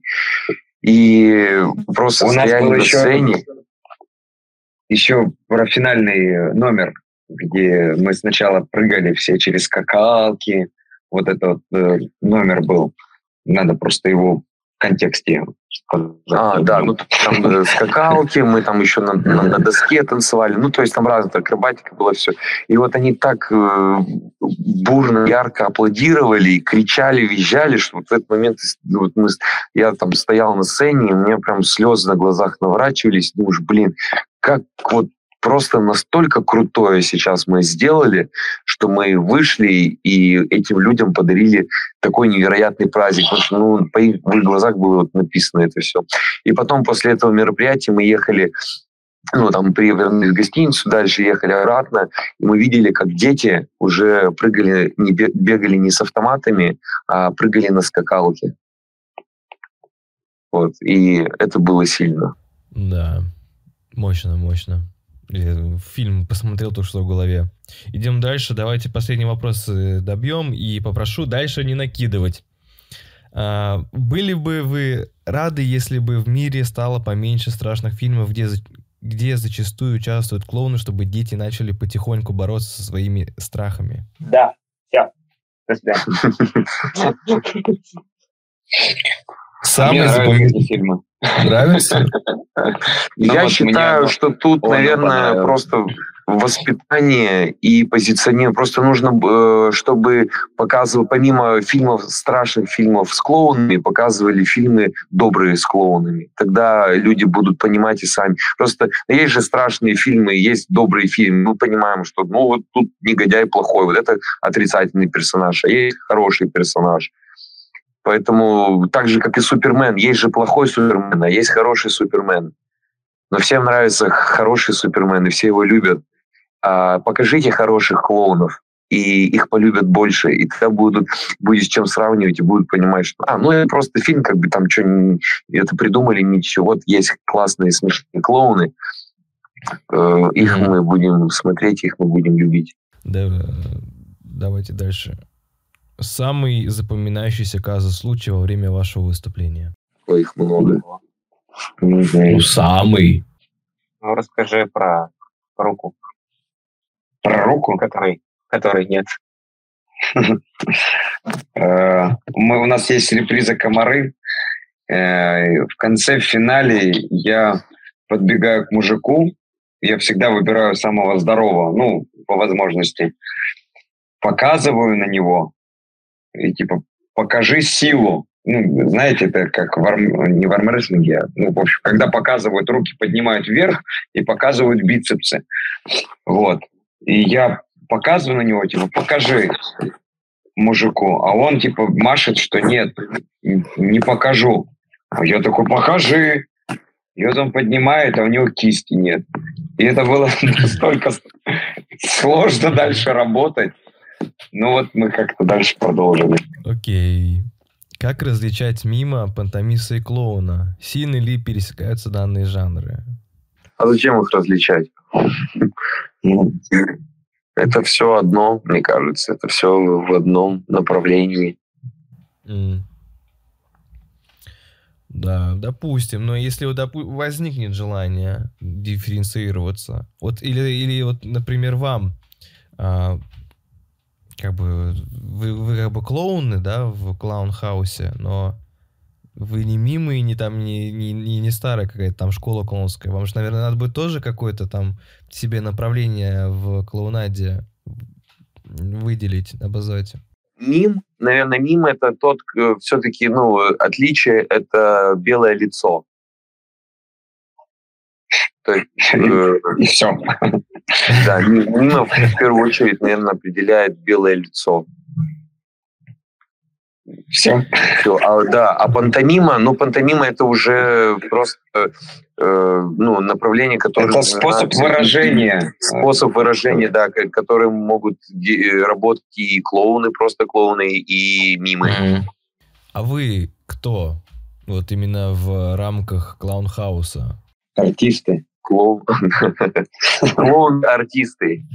И просто у стояли на еще, сцене. Еще про финальный номер, где мы сначала прыгали все через скакалки. Вот этот вот номер был. Надо просто его в контексте сказать. А, да, ну там э, скакалки, мы там еще на, на, на доске танцевали, ну то есть там разная акробатика была, все. И вот они так э, бурно, ярко аплодировали, кричали, визжали, что вот в этот момент вот мы, я там стоял на сцене, и у меня прям слезы на глазах наворачивались, думаешь, блин, как вот просто настолько крутое сейчас мы сделали, что мы вышли и этим людям подарили такой невероятный праздник. Потому что, ну, по их, в их глазах было вот написано это все. И потом после этого мероприятия мы ехали, ну, там, приехали в гостиницу, дальше ехали обратно, и мы видели, как дети уже прыгали, не бегали не с автоматами, а прыгали на скакалке. Вот. И это было сильно. Да, мощно, мощно. Фильм посмотрел то, что в голове. Идем дальше. Давайте последний вопрос добьем. И попрошу дальше не накидывать. А, были бы вы рады, если бы в мире стало поменьше страшных фильмов, где, где зачастую участвуют клоуны, чтобы дети начали потихоньку бороться со своими страхами? Да. Все. До свидания. Самые запомнительные фильмы. Нравится? Я вот считаю, мне что тут, он наверное, понравился. просто воспитание и позиционирование. Просто нужно, чтобы показывали, помимо фильмов, страшных фильмов с клоунами, показывали фильмы добрые с клоунами. Тогда люди будут понимать и сами. Просто есть же страшные фильмы, есть добрые фильмы. Мы понимаем, что ну вот тут негодяй плохой, вот это отрицательный персонаж, а есть хороший персонаж. Поэтому так же, как и Супермен, есть же плохой Супермен, а есть хороший Супермен. Но всем нравится хороший Супермен, и все его любят. А покажите хороших клоунов, и их полюбят больше. И тогда будут, будет с чем сравнивать, и будут понимать, что а, ну это просто фильм, как бы там что, это придумали, ничего. Вот есть классные смешные клоуны, э, их mm-hmm. мы будем смотреть, их мы будем любить. Да, давайте дальше. Самый запоминающийся казус случая во время вашего выступления? Ой, их много. Ну, самый. Ну, расскажи про руку. Про руку? Которой, которой нет. Э, мы, у нас есть реприза «Комары». Э, в конце, в финале я подбегаю к мужику. Я всегда выбираю самого здорового, ну, по возможности. Показываю на него. И типа, покажи силу. Ну, знаете, это как в арм... не в армрестлинге, а, ну, в общем, когда показывают, руки поднимают вверх и показывают бицепсы. Вот. И я показываю на него, типа, покажи мужику. А он, типа, машет, что нет, не покажу. А я такой, покажи. И вот он поднимает, а у него кисти нет. И это было настолько сложно дальше работать. Ну вот мы как-то дальше продолжили. Окей. Как различать мимо, пантомиса и клоуна? Сильно ли пересекаются данные жанры? А зачем их различать? Это все одно, мне кажется. Это все в одном направлении. Mm. Да, допустим. Но если вот допу- возникнет желание дифференцироваться, вот или, или вот, например, вам а, как бы вы, вы как бы клоуны, да, в клаун-хаусе, но вы не мимы и не там не, не, не, не старая какая-то там школа клоунская. Вам же, наверное, надо будет тоже какое-то там себе направление в клоунаде выделить, обозвать. Мим, наверное, мим это тот, все-таки, ну, отличие это белое лицо. То есть, э, И все. Да, мимов в первую очередь, наверное, определяет белое лицо. Все. Все. А, да, а пантомима, ну, пантомима это уже просто э, ну, направление, которое... Это способ выражения. Способ выражения, да, которым могут работать и клоуны, просто клоуны, и мимы. Mm-hmm. А вы кто? Вот именно в рамках клаунхауса. Артисты. Клоун. Клоун-артисты.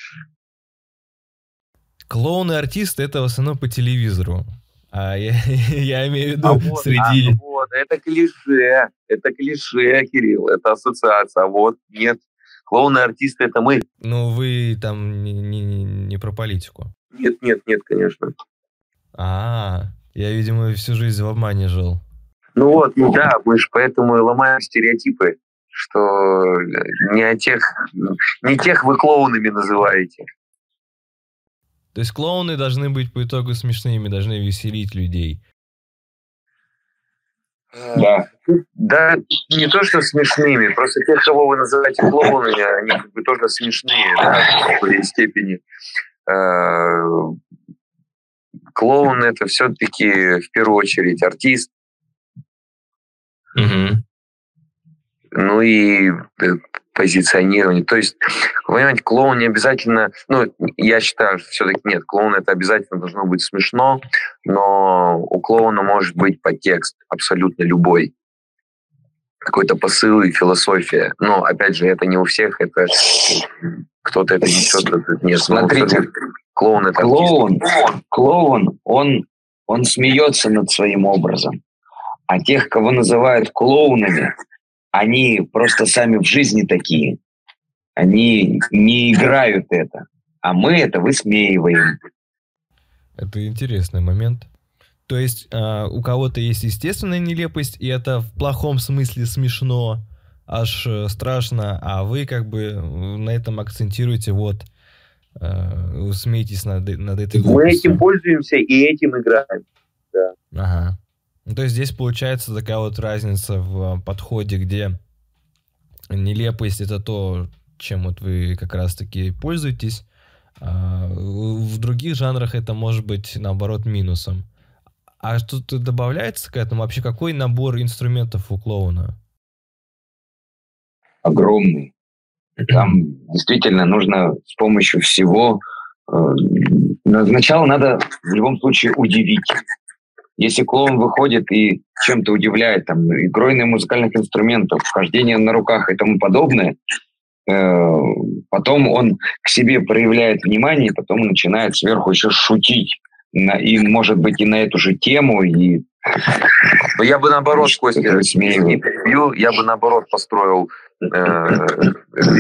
Клоуны-артисты — это в основном по телевизору. А я, я имею в виду а вот, среди... А, вот, это клише. Это клише, Кирилл. Это ассоциация. А вот нет. Клоуны-артисты — это мы. Ну, вы там не, не, не про политику. Нет, нет, нет, конечно. А, я, видимо, всю жизнь в обмане жил. Ну вот, ну да, мы же поэтому и ломаем стереотипы, что не о тех, не тех вы клоунами называете. То есть клоуны должны быть по итогу смешными, должны веселить людей. Да. Да, не то, что смешными, просто тех, кого вы называете клоунами, они как бы тоже смешные, да, в какой-то степени. Клоун — это все-таки в первую очередь артист. Угу. Ну и позиционирование. То есть, вы понимаете, клоун не обязательно... Ну, я считаю, что все-таки нет, клоун это обязательно должно быть смешно, но у клоуна может быть подтекст абсолютно любой. Какой-то посыл и философия. Но, опять же, это не у всех, это кто-то это несет, кто-то нет. Смотрите, клоун это клоун, клоун, он, он смеется над своим образом. А тех, кого называют клоунами, они просто сами в жизни такие. Они не играют это. А мы это высмеиваем. Это интересный момент. То есть э, у кого-то есть естественная нелепость, и это в плохом смысле смешно, аж э, страшно, а вы как бы на этом акцентируете, вот, э, вы смеетесь над, над этой глупостью. Мы этим пользуемся и этим играем. Да. Ага. Ну, то есть здесь получается такая вот разница в подходе, где нелепость — это то, чем вот вы как раз-таки пользуетесь, а в других жанрах это может быть, наоборот, минусом. А что-то добавляется к этому? Вообще, какой набор инструментов у клоуна? Огромный. Там действительно нужно с помощью всего... Сначала надо в любом случае удивить. Если клоун выходит и чем-то удивляет, там, игрой на музыкальных инструментах, хождение на руках и тому подобное, э, потом он к себе проявляет внимание, потом начинает сверху еще шутить. На, и, может быть, и на эту же тему, и... Я бы наоборот, Костя, не перебью, я бы наоборот построил, э,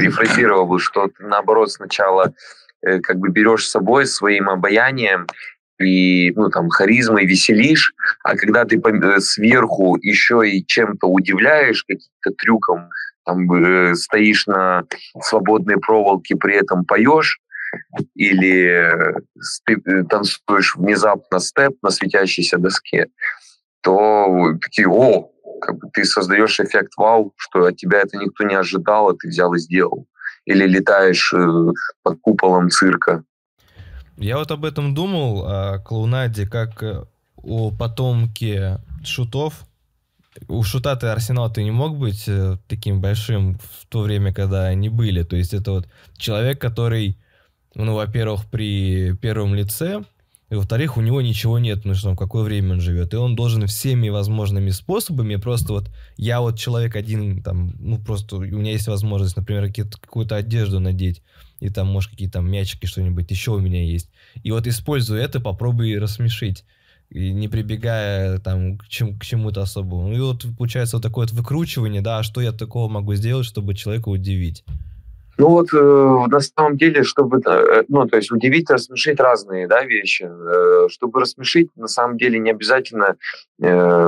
перефразировал бы, что ты наоборот сначала э, как бы берешь с собой своим обаянием и, ну, там, харизмой веселишь, а когда ты сверху еще и чем-то удивляешь, каким-то трюком, там, э, стоишь на свободной проволоке, при этом поешь, или ты танцуешь внезапно степ на светящейся доске, то такие, о, как бы ты создаешь эффект вау, что от тебя это никто не ожидал, а ты взял и сделал. Или летаешь э, под куполом цирка. Я вот об этом думал, о клоунаде, как о потомке шутов. У шута-то Арсенал ты не мог быть таким большим в то время, когда они были. То есть это вот человек, который, ну, во-первых, при первом лице, и, во-вторых, у него ничего нет, ну что, в какое время он живет. И он должен всеми возможными способами, просто вот я вот человек один, там, ну просто у меня есть возможность, например, какую-то одежду надеть, и там, может, какие-то там мячики, что-нибудь еще у меня есть. И вот используя это, попробуй рассмешить, и не прибегая там к, чем, к чему-то особому. Ну и вот получается вот такое вот выкручивание, да, что я такого могу сделать, чтобы человека удивить. Ну вот э, на самом деле, чтобы, э, ну, то есть удивить, рассмешить разные, да, вещи. Э, чтобы рассмешить, на самом деле не обязательно э,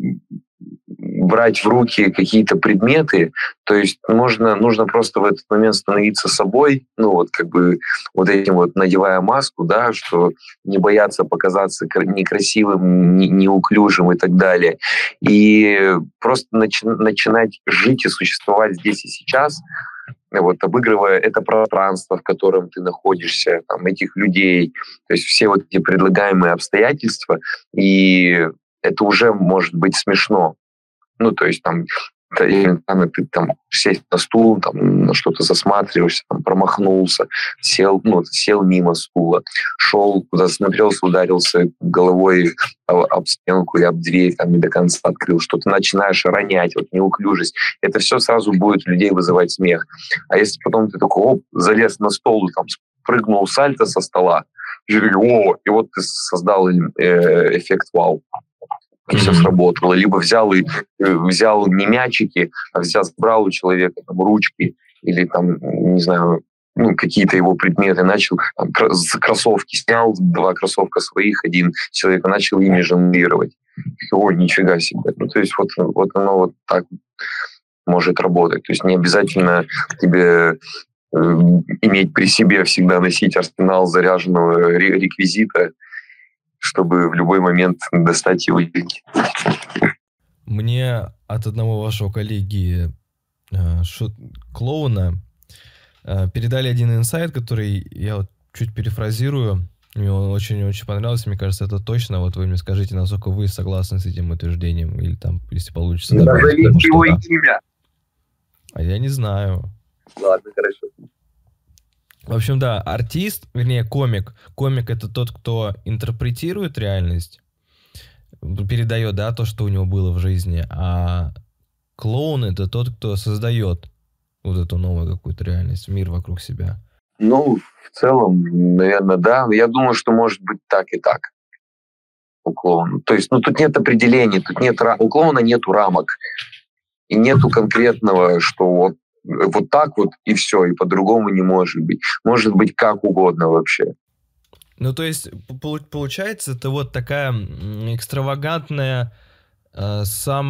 брать в руки какие-то предметы, то есть можно, нужно просто в этот момент становиться собой, ну вот как бы вот этим вот надевая маску, да, что не бояться показаться некрасивым, не, неуклюжим и так далее. И просто начи- начинать жить и существовать здесь и сейчас, вот, обыгрывая это пространство, в котором ты находишься, там, этих людей, то есть все вот эти предлагаемые обстоятельства, и это уже может быть смешно. Ну, то есть там ты там сесть на стул, там на что-то засматриваешься, там промахнулся, сел, ну, сел мимо стула, шел, куда смотрелся, ударился головой об стенку и об дверь, там не до конца открыл, что ты начинаешь ронять, вот неуклюжесть. Это все сразу будет у людей вызывать смех. А если потом ты такой, оп, залез на стол, там спрыгнул сальто со стола, и, о, и вот ты создал э, эффект вау. И все сработало. Либо взял и взял не мячики, а взял, брал у человека там, ручки или там, не знаю, ну, какие-то его предметы, начал там, кроссовки снял, два кроссовка своих, один человек, начал ими жонглировать. Ой, нифига себе. Ну, то есть вот, вот оно вот так может работать. То есть не обязательно тебе э, иметь при себе всегда носить арсенал заряженного реквизита, чтобы в любой момент достать и увидеть. Мне от одного вашего коллеги, э, шут, клоуна, э, передали один инсайт, который я вот чуть перефразирую. Мне он очень-очень понравился. Мне кажется, это точно. Вот вы мне скажите, насколько вы согласны с этим утверждением. Или там, если получится... Назовите его имя. А я не знаю. Ладно, хорошо. В общем, да, артист, вернее, комик. Комик — это тот, кто интерпретирует реальность, передает, да, то, что у него было в жизни. А клоун — это тот, кто создает вот эту новую какую-то реальность, мир вокруг себя. Ну, в целом, наверное, да. Я думаю, что может быть так и так у клоуна. То есть, ну, тут нет определений, тут нет, у клоуна нету рамок. И нету конкретного, что вот вот так вот и все, и по-другому не может быть. Может быть как угодно вообще. Ну, то есть, получается, это вот такая экстравагантная э,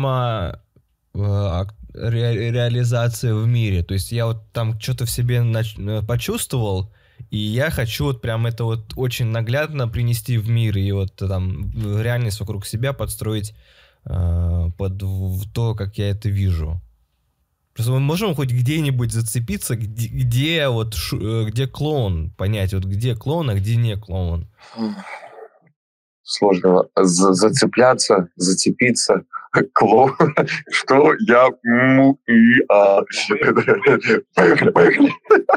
самореализация в мире. То есть я вот там что-то в себе нач- почувствовал, и я хочу вот прям это вот очень наглядно принести в мир, и вот там реальность вокруг себя подстроить э, под то, как я это вижу. Просто мы можем хоть где-нибудь зацепиться, где, где вот шу, где клоун, понять, вот где клоун, а где не клоун. Сложно За- зацепляться, зацепиться. Клоун. Что я му и а. Поехали, поехали.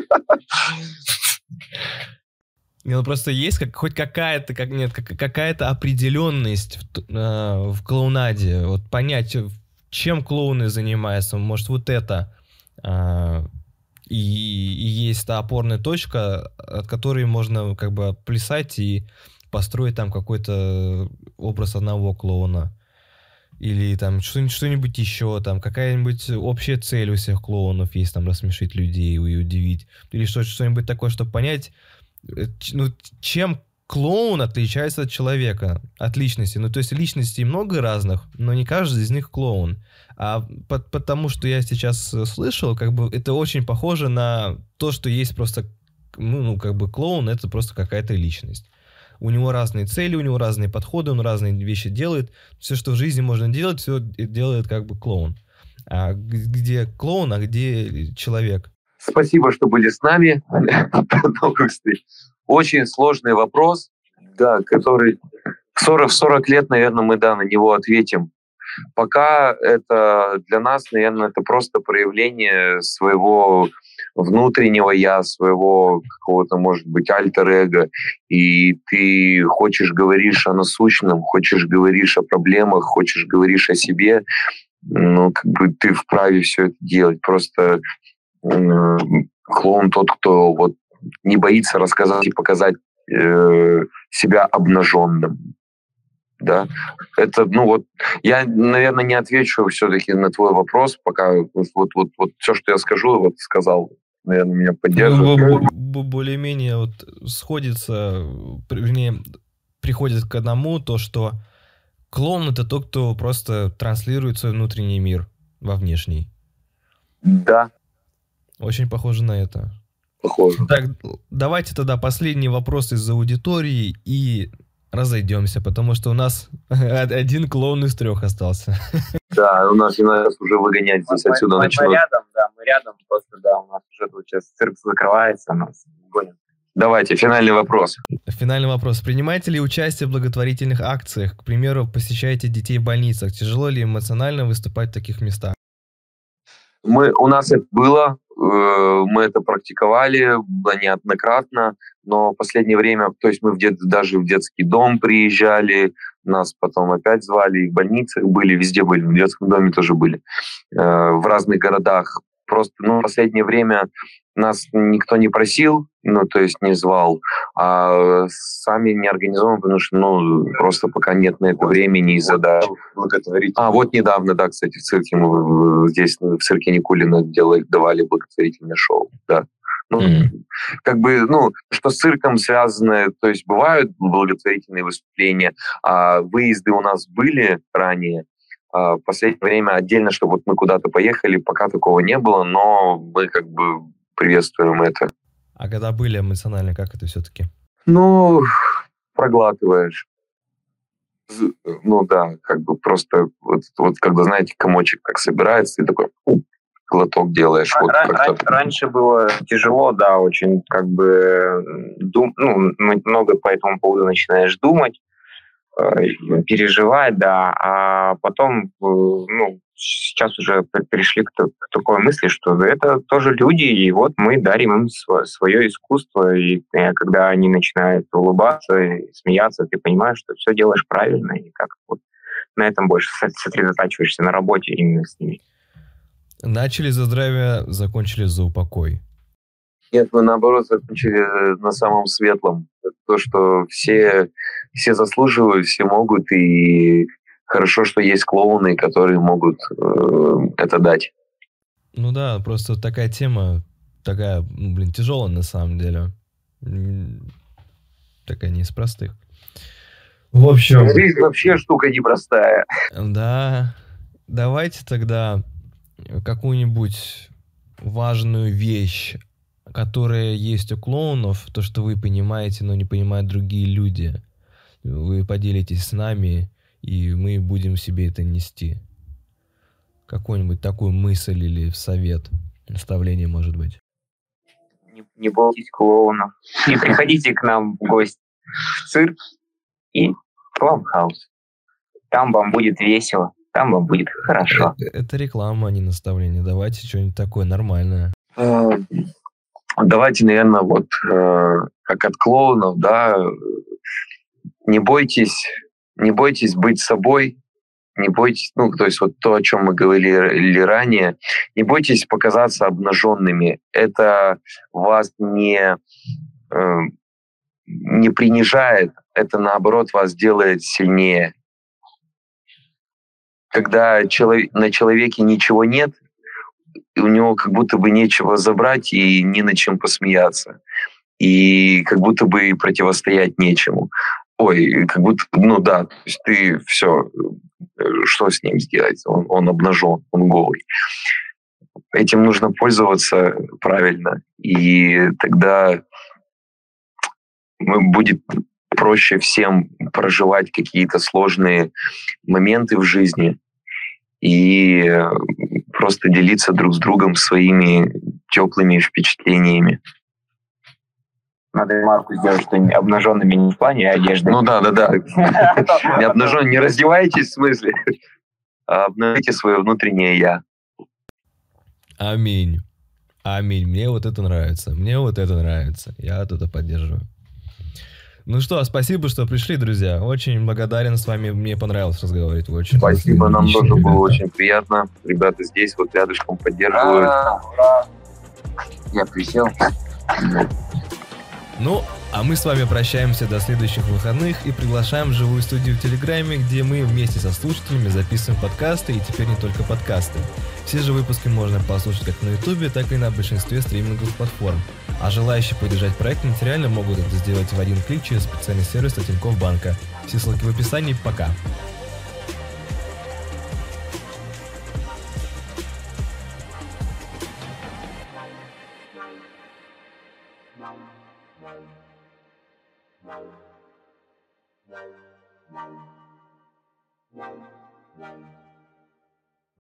Не, ну просто есть как, хоть какая-то, как, нет, как, какая-то определенность в, э, в клоунаде. Вот понять, чем клоуны занимаются, может, вот это а, и, и есть та опорная точка, от которой можно как бы плясать и построить там какой-то образ одного клоуна. Или там что-нибудь, что-нибудь еще, там какая-нибудь общая цель у всех клоунов есть, там рассмешить людей и удивить. Или что- что-нибудь такое, чтобы понять, ну, чем клоун отличается от человека, от личности. Ну, то есть личностей много разных, но не каждый из них клоун. А по- потому что я сейчас э, слышал, как бы это очень похоже на то, что есть просто, ну, ну, как бы клоун — это просто какая-то личность. У него разные цели, у него разные подходы, он разные вещи делает. Все, что в жизни можно делать, все делает как бы клоун. А г- где клоун, а где человек? Спасибо, что были с нами. До новых встреч. Очень сложный вопрос, да, который в сорок, в сорок лет, наверное, мы, да, на него ответим. Пока это для нас, наверное, это просто проявление своего внутреннего я, своего какого-то, может быть, альтер-эго. И ты хочешь, говоришь о насущном, хочешь, говоришь о проблемах, хочешь, говоришь о себе, ну, как бы ты вправе все это делать. Просто э, клоун тот, кто вот не боится рассказать и показать э, себя обнаженным. Да, это, ну вот, я, наверное, не отвечу все-таки на твой вопрос, пока вот, вот, вот, вот все, что я скажу, вот сказал, наверное, меня поддерживает. Ну, бо- бо- более-менее вот сходится, при- вернее, приходит к одному то, что клоун — это тот, кто просто транслирует свой внутренний мир во внешний. Да, Очень похоже на это. похоже. Так, давайте тогда последний вопрос из аудитории и разойдемся, потому что у нас один клоун из трех остался. Да, у нас нас уже выгонять здесь отсюда мы, мы начнут. рядом, да, мы рядом, просто, да, у нас уже тут сейчас цирк закрывается, нас гонят. Давайте, финальный вопрос. Финальный вопрос. Принимаете ли участие в благотворительных акциях? К примеру, посещаете детей в больницах? Тяжело ли эмоционально выступать в таких местах? Мы, у нас это было, э, мы это практиковали, было неоднократно, но в последнее время, то есть мы в дет, даже в детский дом приезжали, нас потом опять звали, и в больницах были, везде были, в детском доме тоже были, э, в разных городах. Просто, ну, в последнее время нас никто не просил, ну, то есть не звал, а сами не организовываем, потому что, ну, просто пока нет на это времени и задач. А, вот недавно, да, кстати, в цирке мы здесь, в цирке Никулина делали, давали благотворительное шоу, да. Ну, mm-hmm. как бы, ну, что с цирком связано, то есть бывают благотворительные выступления, а выезды у нас были ранее, а в последнее время отдельно, чтобы вот мы куда-то поехали, пока такого не было, но мы как бы приветствуем это. А когда были эмоционально, как это все-таки? Ну, проглатываешь. Ну да, как бы просто вот, вот когда, знаете, комочек как собирается, ты такой уп, глоток делаешь. Вот Ран, ран, раньше было тяжело, да, очень как бы дум, ну, много по этому поводу начинаешь думать, переживать, да, а потом, ну, сейчас уже пришли к, к такой мысли, что это тоже люди, и вот мы дарим им свое, свое искусство, и когда они начинают улыбаться и смеяться, ты понимаешь, что все делаешь правильно, и как вот на этом больше сосредотачиваешься, на работе именно с ними. Начали за здравие, закончили за упокой. Нет, мы наоборот закончили на самом светлом. То, что все, все заслуживают, все могут, и хорошо, что есть клоуны, которые могут э, это дать. Ну да, просто такая тема, такая, ну, блин, тяжелая на самом деле. Такая не из простых. В общем... Жизнь вообще штука непростая. Да, давайте тогда какую-нибудь важную вещь, которая есть у клоунов, то, что вы понимаете, но не понимают другие люди. Вы поделитесь с нами, и мы будем себе это нести. Какую-нибудь такую мысль или совет, наставление, может быть. Не, не бойтесь клоунов. И приходите к нам в гости в цирк и клоунхаус. Там вам будет весело, там вам будет хорошо. Это, это реклама, а не наставление. Давайте что-нибудь такое нормальное. Давайте, наверное, вот э, как от клоунов, да, не бойтесь, не бойтесь быть собой, не бойтесь, ну, то есть вот то, о чем мы говорили ранее, не бойтесь показаться обнаженными. Это вас не, э, не принижает, это, наоборот, вас делает сильнее. Когда человек, на человеке ничего нет, у него как будто бы нечего забрать и не над чем посмеяться. и как будто бы и противостоять нечему. Ой, как будто, ну да, то есть ты все, что с ним сделать? Он, он обнажен, он голый. Этим нужно пользоваться правильно, и тогда будет проще всем проживать какие-то сложные моменты в жизни и просто делиться друг с другом своими теплыми впечатлениями. Надо ремарку сделать, что обнаженными не в плане одежды. Ну да, да, да. Не обнажен, не раздевайтесь, в смысле, а обновите свое внутреннее я. Аминь. Аминь. Мне вот это нравится. Мне вот это нравится. Я вот это поддерживаю. Ну что, спасибо, что пришли, друзья. Очень благодарен с вами. Мне понравилось разговаривать. Вы очень Спасибо, нам отличные тоже было ребята. очень приятно. Ребята здесь вот рядышком поддерживают. Ура! Я присел. Ну, а мы с вами прощаемся до следующих выходных и приглашаем в живую студию в Телеграме, где мы вместе со слушателями записываем подкасты, и теперь не только подкасты. Все же выпуски можно послушать как на Ютубе, так и на большинстве стриминговых платформ. А желающие поддержать проект материально могут это сделать в один клик через специальный сервис от Тинькофф Банка. Все ссылки в описании. Пока. Wow.